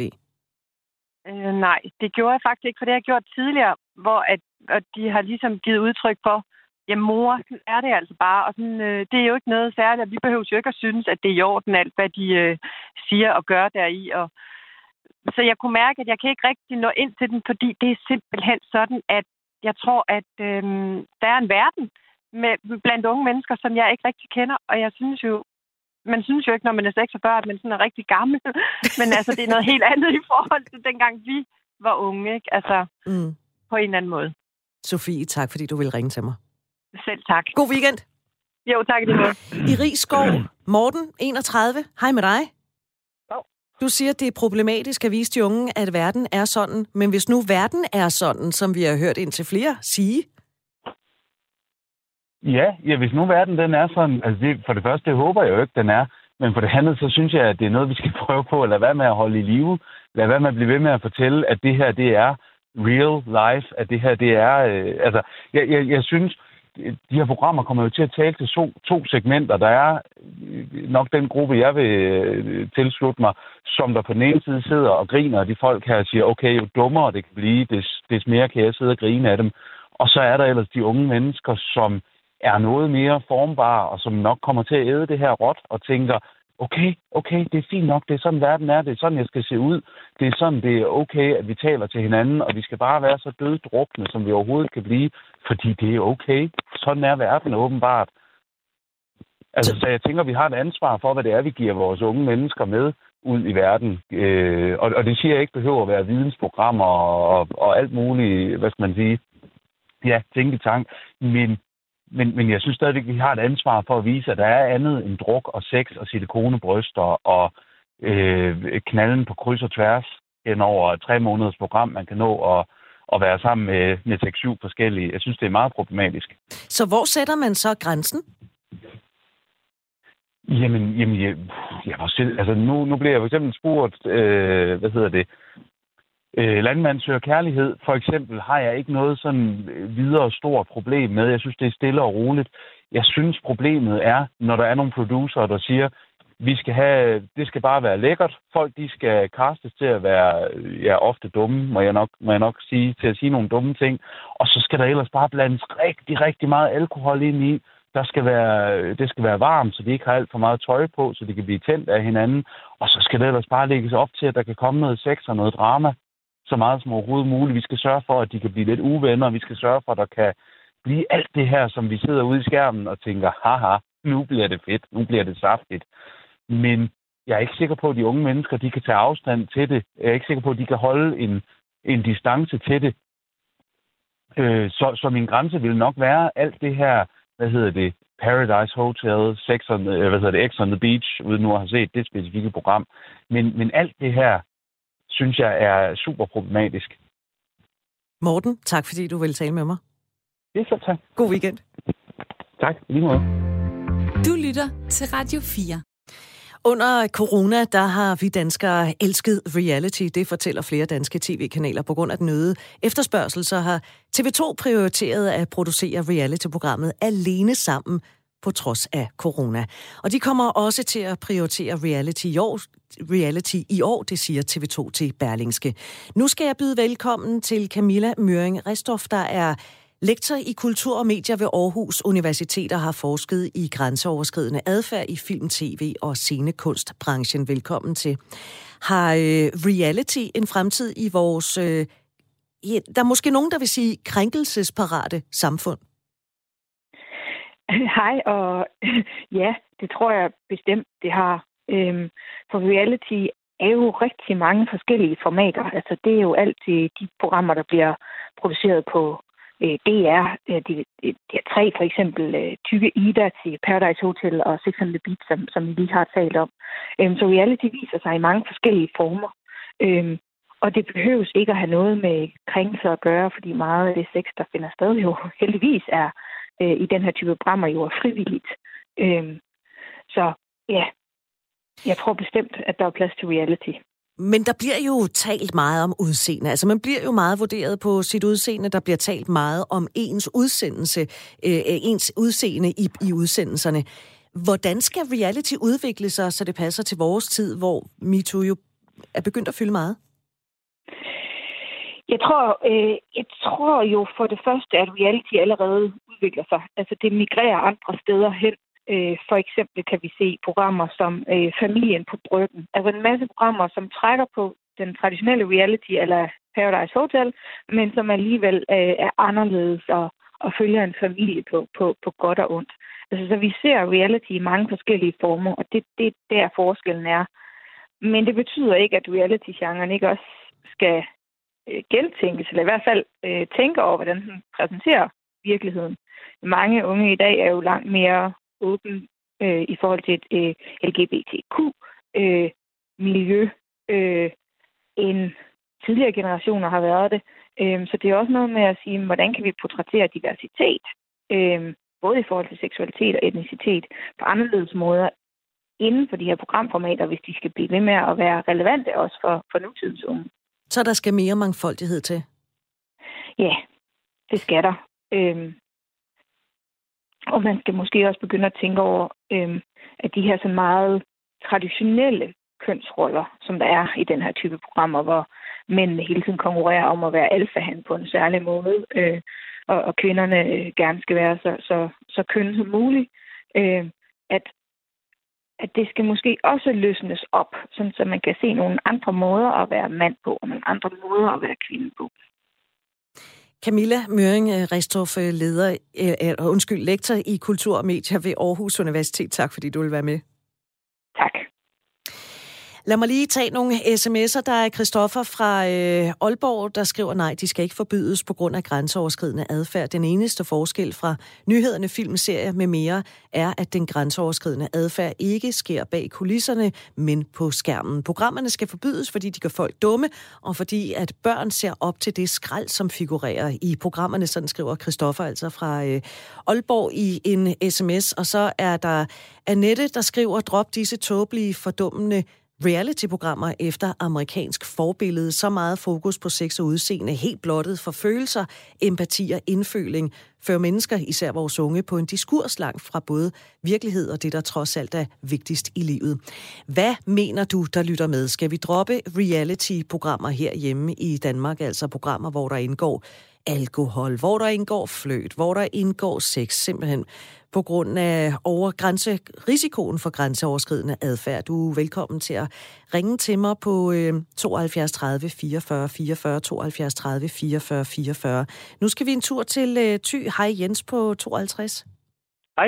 Øh, nej, det gjorde jeg faktisk ikke, for det har jeg gjort tidligere, hvor at, at de har ligesom givet udtryk for, ja mor, sådan er det altså bare, og sådan, øh, det er jo ikke noget særligt, og vi behøver jo ikke at synes, at det er i orden alt, hvad de øh, siger og gør deri, og så jeg kunne mærke, at jeg kan ikke rigtig nå ind til den, fordi det er simpelthen sådan, at jeg tror, at øhm, der er en verden med, blandt unge mennesker, som jeg ikke rigtig kender. Og jeg synes jo, man synes jo ikke, når man er seksogfyrre, at man sådan er rigtig gammel. Men altså, det er noget helt andet i forhold til dengang vi var unge, ikke? Altså, mm. på en eller anden måde. Sofie, tak fordi du ville ringe til mig. Selv tak. God weekend. Jo, tak i lige måde. I Rigskov, Morten, enogtredive. Hej med dig. Du siger, at det er problematisk at vise de unge, at verden er sådan. Men hvis nu verden er sådan, som vi har hørt indtil flere sige? Ja, ja hvis nu verden den er sådan, altså det, for det første, det håber jeg jo ikke, den er. Men for det andet, så synes jeg, at det er noget, vi skal prøve på at lade være med at holde i live. lad være med at blive ved med at fortælle, at det her, det er real life, at det her, det er... Øh, altså, jeg, jeg, jeg synes, de her programmer kommer jo til at tale til to, to segmenter. Der er nok den gruppe, jeg vil øh, tilslutte mig, som der på den ene side sidder og griner af de folk her og siger, okay, jo dummere det kan blive, des, des mere kan jeg sidde og grine af dem. Og så er der ellers de unge mennesker, som er noget mere formbare, og som nok kommer til at æde det her råt, og tænker, okay, okay, det er fint nok, det er sådan verden er, det er sådan, jeg skal se ud, det er sådan, det er okay, at vi taler til hinanden, og vi skal bare være så døddrukne, som vi overhovedet kan blive, fordi det er okay. Sådan er verden åbenbart. Altså, så jeg tænker, vi har et ansvar for, hvad det er, vi giver vores unge mennesker med ud i verden. Øh, og, og det siger jeg ikke behøver at være vidensprogrammer og, og alt muligt, hvad skal man sige, ja, tænketank, men Men, men jeg synes stadig, at vi har et ansvar for at vise, at der er andet end druk og sex og silikonebryster og øh, knalden på kryds og tværs hen over et tre måneders program, man kan nå at, at være sammen med, med seks syv forskellige. Jeg synes, det er meget problematisk. Så hvor sætter man så grænsen? Jamen, jamen jeg, jeg var selv, altså nu, nu bliver jeg for eksempel spurgt, øh, hvad hedder det, Øh, landmand søger kærlighed, for eksempel, har jeg ikke noget sådan videre stort problem med. Jeg synes, det er stille og roligt. Jeg synes, problemet er, når der er nogle producer, der siger, vi skal have, det skal bare være lækkert. Folk, de skal castes til at være, ja, ofte dumme, må jeg nok, må jeg nok sige, til at sige nogle dumme ting. Og så skal der ellers bare blandes rigtig, rigtig meget alkohol ind i. Der skal være, det skal være varmt, så de ikke har alt for meget tøj på, så de kan blive tændt af hinanden. Og så skal det ellers bare lægges op til, at der kan komme noget sex og noget drama. Så meget som overhovedet muligt. Vi skal sørge for, at de kan blive lidt uvenner. Vi skal sørge for, at der kan blive alt det her, som vi sidder ude i skærmen og tænker, haha, nu bliver det fedt, nu bliver det saftigt. Men jeg er ikke sikker på, at de unge mennesker, de kan tage afstand til det. Jeg er ikke sikker på, at de kan holde en, en distance til det. Øh, så, så min grænse vil nok være alt det her, hvad hedder det, Paradise Hotel, Sex on, hvad hedder det, X on the Beach, uden nu at have set det specifikke program. Men, men alt det her, synes jeg er super problematisk. Morten, tak fordi du ville tale med mig. Det er så tak. God weekend. Tak, lige måde. Du lytter til Radio fire. Under corona, der har vi danskere elsket reality. Det fortæller flere danske tv-kanaler. På grund af den øgede efterspørgsel, så har T V to prioriteret at producere reality-programmet Alene Sammen på trods af corona. Og de kommer også til at prioritere reality i år, reality i år, det siger T V to til Berlingske. Nu skal jeg byde velkommen til Camilla Møring Ristoff, der er lektor i kultur og medier ved Aarhus Universitet og har forsket i grænseoverskridende adfærd i film, tv og scenekunstbranchen. Velkommen til. Har øh, reality en fremtid i vores, øh, ja, der er måske nogen, der vil sige krænkelsesparate samfund? Hej, og ja, det tror jeg bestemt, det har. Øhm, for reality er jo rigtig mange forskellige formater. Altså, det er jo alt de, de programmer, der bliver produceret på øh, D R. Det er tre, for eksempel øh, Tykke Ida til Paradise Hotel og Sex on the Beach, som, som vi lige har talt om. Øhm, så reality viser sig i mange forskellige former. Øhm, og det behøves ikke at have noget med krænkelser at gøre, fordi meget af det sex, der finder sted, jo heldigvis er i den her type programmer jo er frivilligt. Øhm, så ja, jeg tror bestemt, at der er plads til reality. Men der bliver jo talt meget om udseende. Altså man bliver jo meget vurderet på sit udseende. Der bliver talt meget om ens udsendelse, øh, ens udseende i, i udsendelserne. Hvordan skal reality udvikle sig, så det passer til vores tid, hvor MeToo jo er begyndt at fylde meget? Jeg tror, øh, jeg tror jo for det første, at reality allerede udvikler sig. Altså det migrerer andre steder hen. Øh, for eksempel kan vi se programmer som øh, Familien på Bryggen. Altså en masse programmer, som trækker på den traditionelle reality eller Paradise Hotel, men som alligevel øh, er anderledes og, og følger en familie på, på, på godt og ondt. Altså så vi ser reality i mange forskellige former, og det, det er der forskellen er. Men det betyder ikke, at reality-genren ikke også skal gentænkes, eller i hvert fald øh, tænke over, hvordan den præsenterer virkeligheden. Mange unge i dag er jo langt mere åbne øh, i forhold til et øh, L G B T Q-miljø, øh, øh, end tidligere generationer har været det. Øh, så det er også noget med at sige, hvordan kan vi portrættere diversitet, øh, både i forhold til seksualitet og etnicitet, på anderledes måder, inden for de her programformater, hvis de skal blive ved med at være relevante også for, for nutidens unge. Så der skal mere mangfoldighed til? Ja, det skal der. Øhm, og man skal måske også begynde at tænke over, øhm, at de her så meget traditionelle kønsroller, som der er i den her type programmer, hvor mændene hele tiden konkurrerer om at være alfahan på en særlig måde, øh, og, og kvinderne øh, gerne skal være så, så, så kønne som muligt, øh, at, at det skal måske også løsnes op, sådan, så man kan se nogle andre måder at være mand på, og nogle andre måder at være kvinde på. Camilla Møring Restrup, leder, øh, undskyld, lektor i kultur og medier ved Aarhus Universitet. Tak fordi du vil være med. Tak. Lad mig lige tage nogle sms'er. Der er Christoffer fra øh, Aalborg, der skriver, nej, de skal ikke forbydes på grund af grænseoverskridende adfærd. Den eneste forskel fra nyhederne, filmserier med mere, er, at den grænseoverskridende adfærd ikke sker bag kulisserne, men på skærmen. Programmerne skal forbydes, fordi de gør folk dumme, og fordi at børn ser op til det skrald, som figurerer i programmerne. Sådan skriver Christoffer altså fra øh, Aalborg i en sms. Og så er der Annette, der skriver, drop disse tåbelige, fordummende reality-programmer efter amerikansk forbillede. Så meget fokus på sex og udseende, helt blottet for følelser, empati og indføling, fører mennesker, især vores unge, på en diskurs langt fra både virkelighed og det, der trods alt er vigtigst i livet. Hvad mener du, der lytter med? Skal vi droppe reality-programmer herhjemme i Danmark, altså programmer, hvor der indgår alkohol, hvor der indgår fløjt, hvor der indgår sex, simpelthen på grund af overgrænse, risikoen for grænseoverskridende adfærd. Du er velkommen til at ringe til mig på øh, tooghalvfjerds tredive fireogfyrre fireogfyrre, tooghalvfjerds tredive fireogfyrre fireogfyrre. Nu skal vi en tur til øh, Thy. Hej Jens på tooghalvtreds. Hej.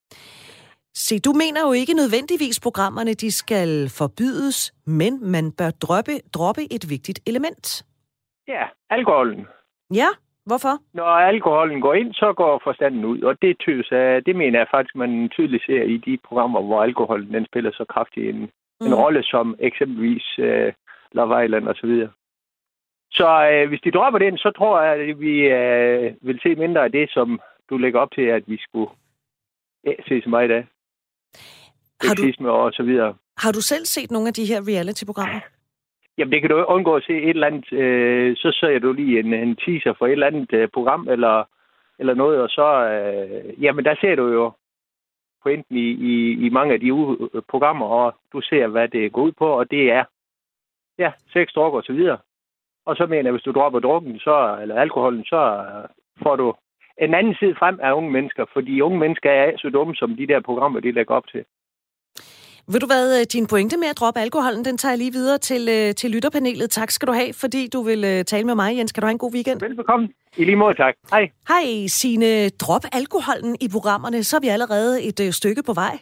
Se, du mener jo ikke nødvendigvis programmerne, de skal forbydes, men man bør droppe, droppe et vigtigt element. Ja, alkoholen. Ja, hvorfor? Når alkoholen går ind, så går forstanden ud, og det, tys, det mener jeg faktisk, man tydeligt ser i de programmer, hvor alkoholen den spiller så kraftig en, mm. en rolle, som eksempelvis uh, Love Island og så videre. Så uh, hvis de dropper den, så tror jeg, at vi uh, vil se mindre af det, som du lægger op til, at vi skulle uh, se så meget af. Sexisme og så videre. Har du selv set nogle af de her reality-programmer? Jamen, det kan du undgå at se et eller andet, øh, så ser du lige en, en teaser for et eller andet øh, program, eller, eller noget, og så, øh, jamen, der ser du jo pointen i, i, i mange af de u- programmer, og du ser, hvad det går ud på, og det er, ja, sex, druk og så videre. Og så mener jeg, hvis du dropper drukken, så, eller alkoholen, så øh, får du en anden side frem af unge mennesker, fordi unge mennesker er så dumme, som de der programmer, de lægger op til. Ved du hvad, din pointe med at droppe alkoholen, den tager jeg lige videre til, til lytterpanelet. Tak skal du have, fordi du vil tale med mig, Jens. Kan du have en god weekend? Velbekomme. I lige måde, tak. Hej. Hej, Signe. Drop alkoholen i programmerne, så er vi allerede et øh, stykke på vej.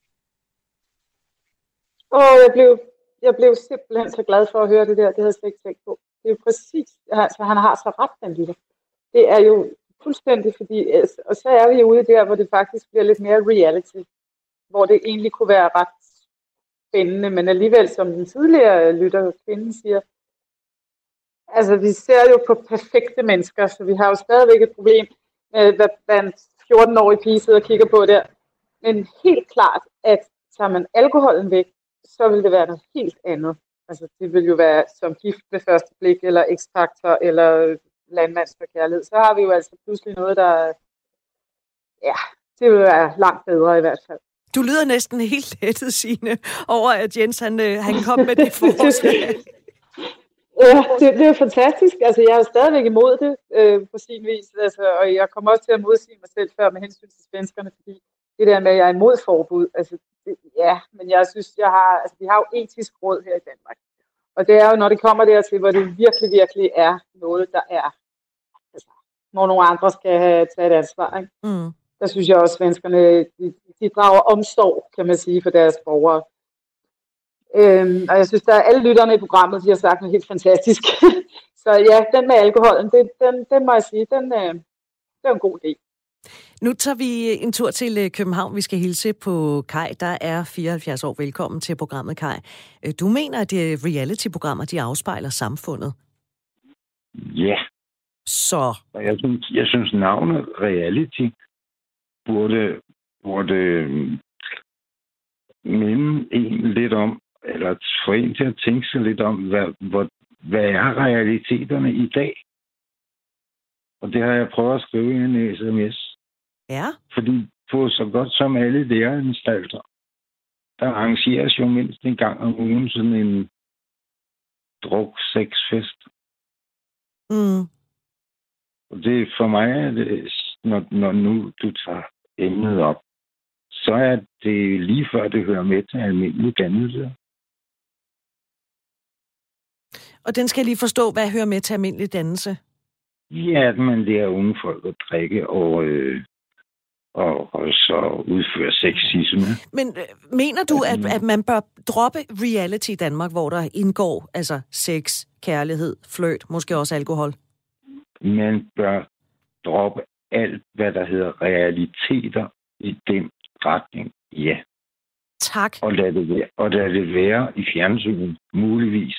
Åh, jeg blev, jeg blev simpelthen så glad for at høre det der. Det havde jeg slet ikke tænkt på. Det er jo præcis, altså, han har så ret, den lytter. Det er jo fuldstændig, fordi, altså, og så er vi ude der, hvor det faktisk bliver lidt mere reality, hvor det egentlig kunne være ret spændende, men alligevel, som den tidligere lytter kvinden siger, altså vi ser jo på perfekte mennesker, så vi har jo stadigvæk et problem med, hvad, hvad en fjorten-årig pige sidder og kigger på der. Men helt klart, at tager man alkoholen væk, så vil det være noget helt andet. Altså det vil jo være som gift ved første blik, eller X-Factor, eller landmands for kærlighed. Så har vi jo altså pludselig noget, der, ja, det vil være langt bedre i hvert fald. Du lyder næsten helt lettet, Signe, over at Jens han, han kom med det forslag. Ja, det, det er fantastisk. Altså, jeg er jo stadigvæk imod det øh, på sin vis. Altså, og jeg kommer også til at modsige mig selv før med hensyn til svenskerne, fordi det der med, at jeg er imod forbud, altså, det, ja, men jeg synes, jeg har, altså, vi har jo etisk råd her i Danmark. Og det er jo, når det kommer dertil, hvor det virkelig, virkelig er noget, der er, altså, hvor nogle andre skal have taget et ansvar, ikke? Mm. Der synes jeg også, at svenskerne de, de drager omsorg, kan man sige, for deres borgere. Øhm, og jeg synes, at alle lytterne i programmet, de har sagt noget helt fantastisk. Så ja, den med alkoholen, det, den, den må jeg sige, den, øh, det er en god idé. Nu tager vi en tur til København. Vi skal hilse på Kai, der er fireoghalvfjerds år. Velkommen til programmet, Kai. Du mener, at de reality-programmer, de afspejler samfundet? Ja. Så? Jeg synes, jeg synes navnet reality burde, burde minde en lidt om, eller få en til at tænke sig lidt om, hvad, hvor, hvad er realiteterne i dag? Og det har jeg prøvet at skrive i en sms. Ja. Fordi på så godt som alle læreanstalter, der arrangeres jo mindst en gang om ugen sådan en druk-sex-fest. Mm. Og det for mig er det, når, når nu du tager emnet op, så er det lige før det hører med til almindelig dannelse. Og den skal jeg lige forstå, hvad hører med til almindelig dannelse? Ja, at man lærer unge folk at drikke og, øh, og, og så udføre sexisme. Men øh, mener du, at, at man bør droppe reality i Danmark, hvor der indgår altså sex, kærlighed, flirt, måske også alkohol? Man bør droppe alt, hvad der hedder realiteter i den retning, ja. Tak. Og lad det være, og lad det være i fjernsynet, muligvis.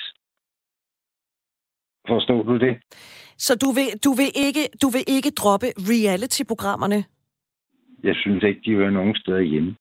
Forstår du det? Så du vil, du vil, ikke, du vil ikke droppe reality-programmerne? Jeg synes ikke, de hører nogen steder hjemme.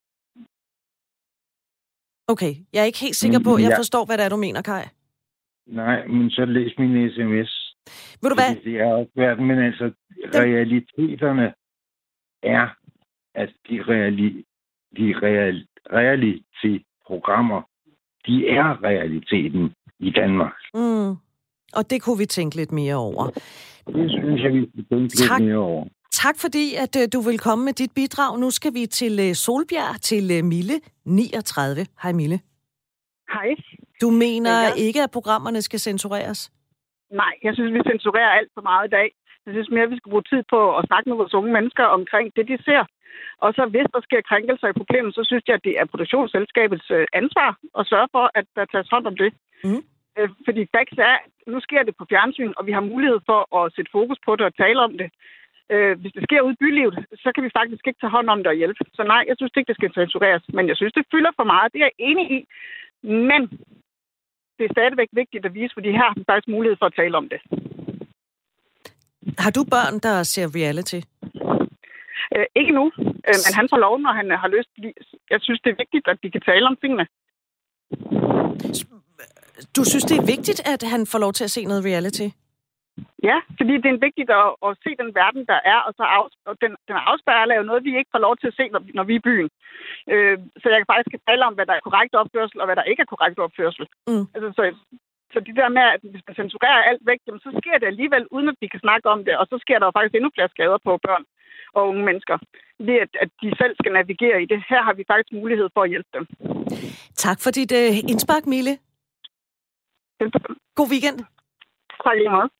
Okay, jeg er ikke helt sikker på, at jeg forstår, hvad det er, du mener, Kai. Nej, men så læs min sms. Ved du hvad? Det er også værd, men altså, realiteterne er, at de, reali, de real, reality-programmer, de er realiteten i Danmark. Mm. Og det kunne vi tænke lidt mere over. Det synes jeg, vi skal tænke tak. lidt mere over. Tak fordi, at uh, du vil komme med dit bidrag. Nu skal vi til uh, Solbjerg, til uh, Mille, niogtredive. Hej Mille. Hej. Du mener ja. ikke, at programmerne skal censureres? Nej, jeg synes, vi censurerer alt for meget i dag. Jeg synes mere, vi skal bruge tid på at snakke med vores unge mennesker omkring det, de ser. Og så hvis der sker krænkelser i problemet, så synes jeg, at det er produktionsselskabets uh, ansvar at sørge for, at der tages hånd om det. Mm. Fordi facts er, nu sker det på fjernsyn, og vi har mulighed for at sætte fokus på det og tale om det. Hvis det sker ude i bylivet, så kan vi faktisk ikke tage hånd om det og hjælpe. Så nej, jeg synes ikke, det skal censureres. Men jeg synes, det fylder for meget. Det er jeg enig i. Men det er stadigvæk vigtigt at vise, fordi her har vi faktisk mulighed for at tale om det. Har du børn, der ser reality? Øh, ikke nu, øh, men han får lov, når han har lyst. Jeg synes, det er vigtigt, at vi kan tale om tingene. Du synes, det er vigtigt, at han får lov til at se noget reality? Ja, fordi det er vigtigt at, at se den verden, der er, og så af, og den, den afspærrer jo noget, vi ikke får lov til at se, når, når vi er i byen. Øh, så jeg kan faktisk tale om, hvad der er korrekt opførsel, og hvad der ikke er korrekt opførsel. Mm. Altså, så, så det der med, at hvis man censurerer alt væk, jamen, så sker det alligevel, uden at vi kan snakke om det, og så sker der jo faktisk endnu flere skader på børn og unge mennesker. Det at, at de selv skal navigere i det. Her har vi faktisk mulighed for at hjælpe dem. Tak for dit uh, indspark, Mille. God weekend. Tak lige meget.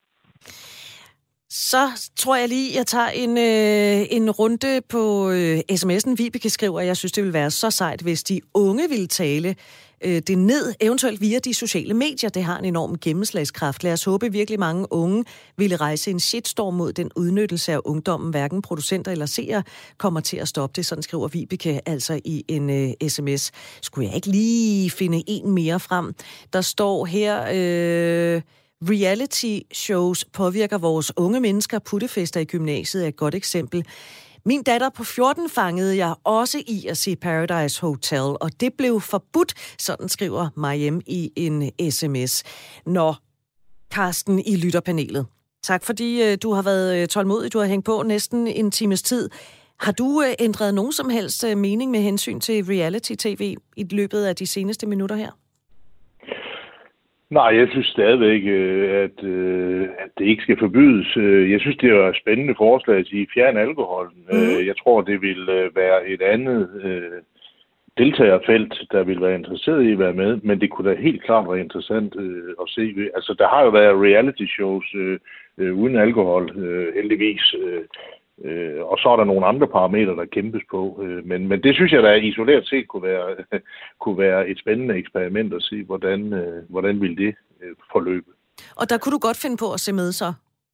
Så tror jeg lige, jeg tager en, øh, en runde på øh, sms'en. Vibeke skriver, at jeg synes, det ville være så sejt, hvis de unge ville tale øh, det ned, eventuelt via de sociale medier. Det har en enorm gennemslagskraft. Lad os håbe, virkelig mange unge ville rejse en shitstorm mod den udnyttelse af ungdommen. Hverken producenter eller seere kommer til at stoppe det. Sådan skriver Vibeke altså i en øh, sms. Skulle jeg ikke lige finde en mere frem? Der står her... Øh, Reality shows påvirker vores unge mennesker. Puttefester i gymnasiet er et godt eksempel. Min datter på fjorten fangede jeg også i at se Paradise Hotel, og det blev forbudt, sådan skriver Mariem i en sms. Nå, Karsten i lytterpanelet. Tak fordi du har været tålmodig, du har hængt på næsten en times tid. Har du ændret nogen som helst mening med hensyn til reality-tv i løbet af de seneste minutter her? Nej, jeg synes stadigvæk, at, at det ikke skal forbydes. Jeg synes, det er et spændende forslag at sige fjern alkoholen. Mm. Jeg tror, det vil være et andet deltagerfelt, der vil være interesseret i at være med, men det kunne da helt klart være interessant at se. Altså, der har jo været reality shows uden alkohol, heldigvis. Øh, og så er der nogle andre parametre, der kæmpes på. Øh, men, men det synes jeg, der isoleret set kunne være, kunne være et spændende eksperiment at se, hvordan, øh, hvordan vil det øh, forløbe. Og der kunne du godt finde på at se med så?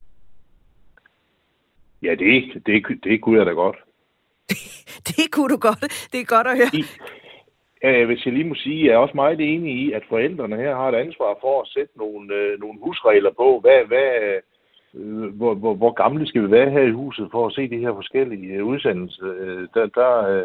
Ja, det, det, det kunne jeg da godt. Det kunne du godt. Det er godt at høre. I, øh, hvis jeg lige må sige, jeg er også meget enig i, at forældrene her har et ansvar for at sætte nogle, øh, nogle husregler på, hvad... hvad Hvor, hvor, hvor gamle skal vi være her i huset for at se de her forskellige udsendelser? Der, der,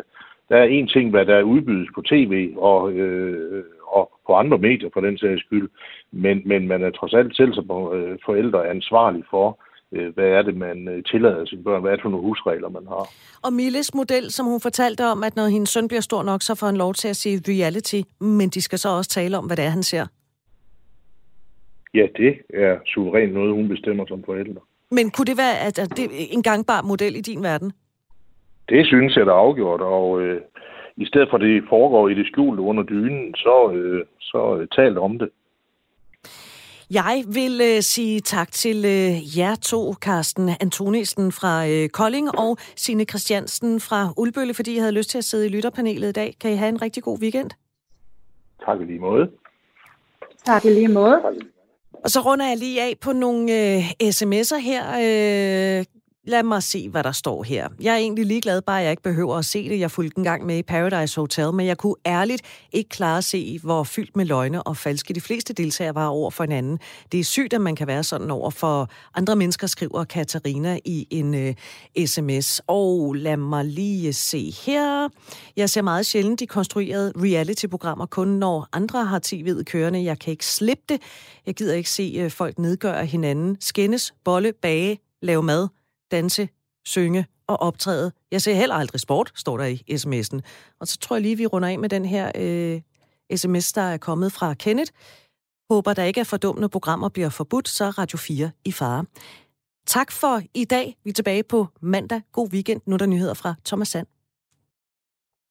Der er en ting, hvad der udbydes på tv og, øh, og på andre medier for den sags skyld, men, men man er trods alt selv som øh, forældre ansvarlig for, øh, hvad er det, man øh, tillader sine børn, hvad er det for nogle husregler, man har. Og Milles model, som hun fortalte om, at når hendes søn bliver stor nok, så får han lov til at se reality, men de skal så også tale om, hvad det er, han ser. Ja, det er suverænt noget, hun bestemmer som forældre. Men kunne det være at, at det er en gangbar model i din verden? Det synes jeg, der er afgjort, og øh, i stedet for det foregår i det skjulte under dynen, så, øh, så øh, talt om det. Jeg vil øh, sige tak til øh, jer to, Carsten Antonissen fra øh, Kolding og Signe Christiansen fra Ulbølle, fordi jeg havde lyst til at sidde i lytterpanelet i dag. Kan I have en rigtig god weekend? Tak i lige måde. Tak i lige måde. Og så runder jeg lige af på nogle øh, sms'er her. Øh, lad mig se, hvad der står her. Jeg er egentlig ligeglad, bare jeg ikke behøver at se det. Jeg fulgte en gang med i Paradise Hotel, men jeg kunne ærligt ikke klare at se, hvor fyldt med løgne og falske de fleste deltagere var over for hinanden. Det er sygt, at man kan være sådan over for andre mennesker, skriver Katarina i en øh, sms. Og lad mig lige se her. Jeg ser meget sjældent de konstruerede reality-programmer, kun når andre har T V'et kørende. Jeg kan ikke slippe det. Jeg gider ikke se øh, folk nedgøre hinanden. Skændes, bolle, bage, lave mad, danse, synge og optræde. Jeg ser heller aldrig sport, står der i sms'en. Og så tror jeg lige, vi runder af med den her øh, sms, der er kommet fra Kenneth. Håber, der ikke er fordummende programmer bliver forbudt, så er Radio fire i fare. Tak for i dag. Vi er tilbage på mandag. God weekend. Nu er der nyheder fra Thomas Sand.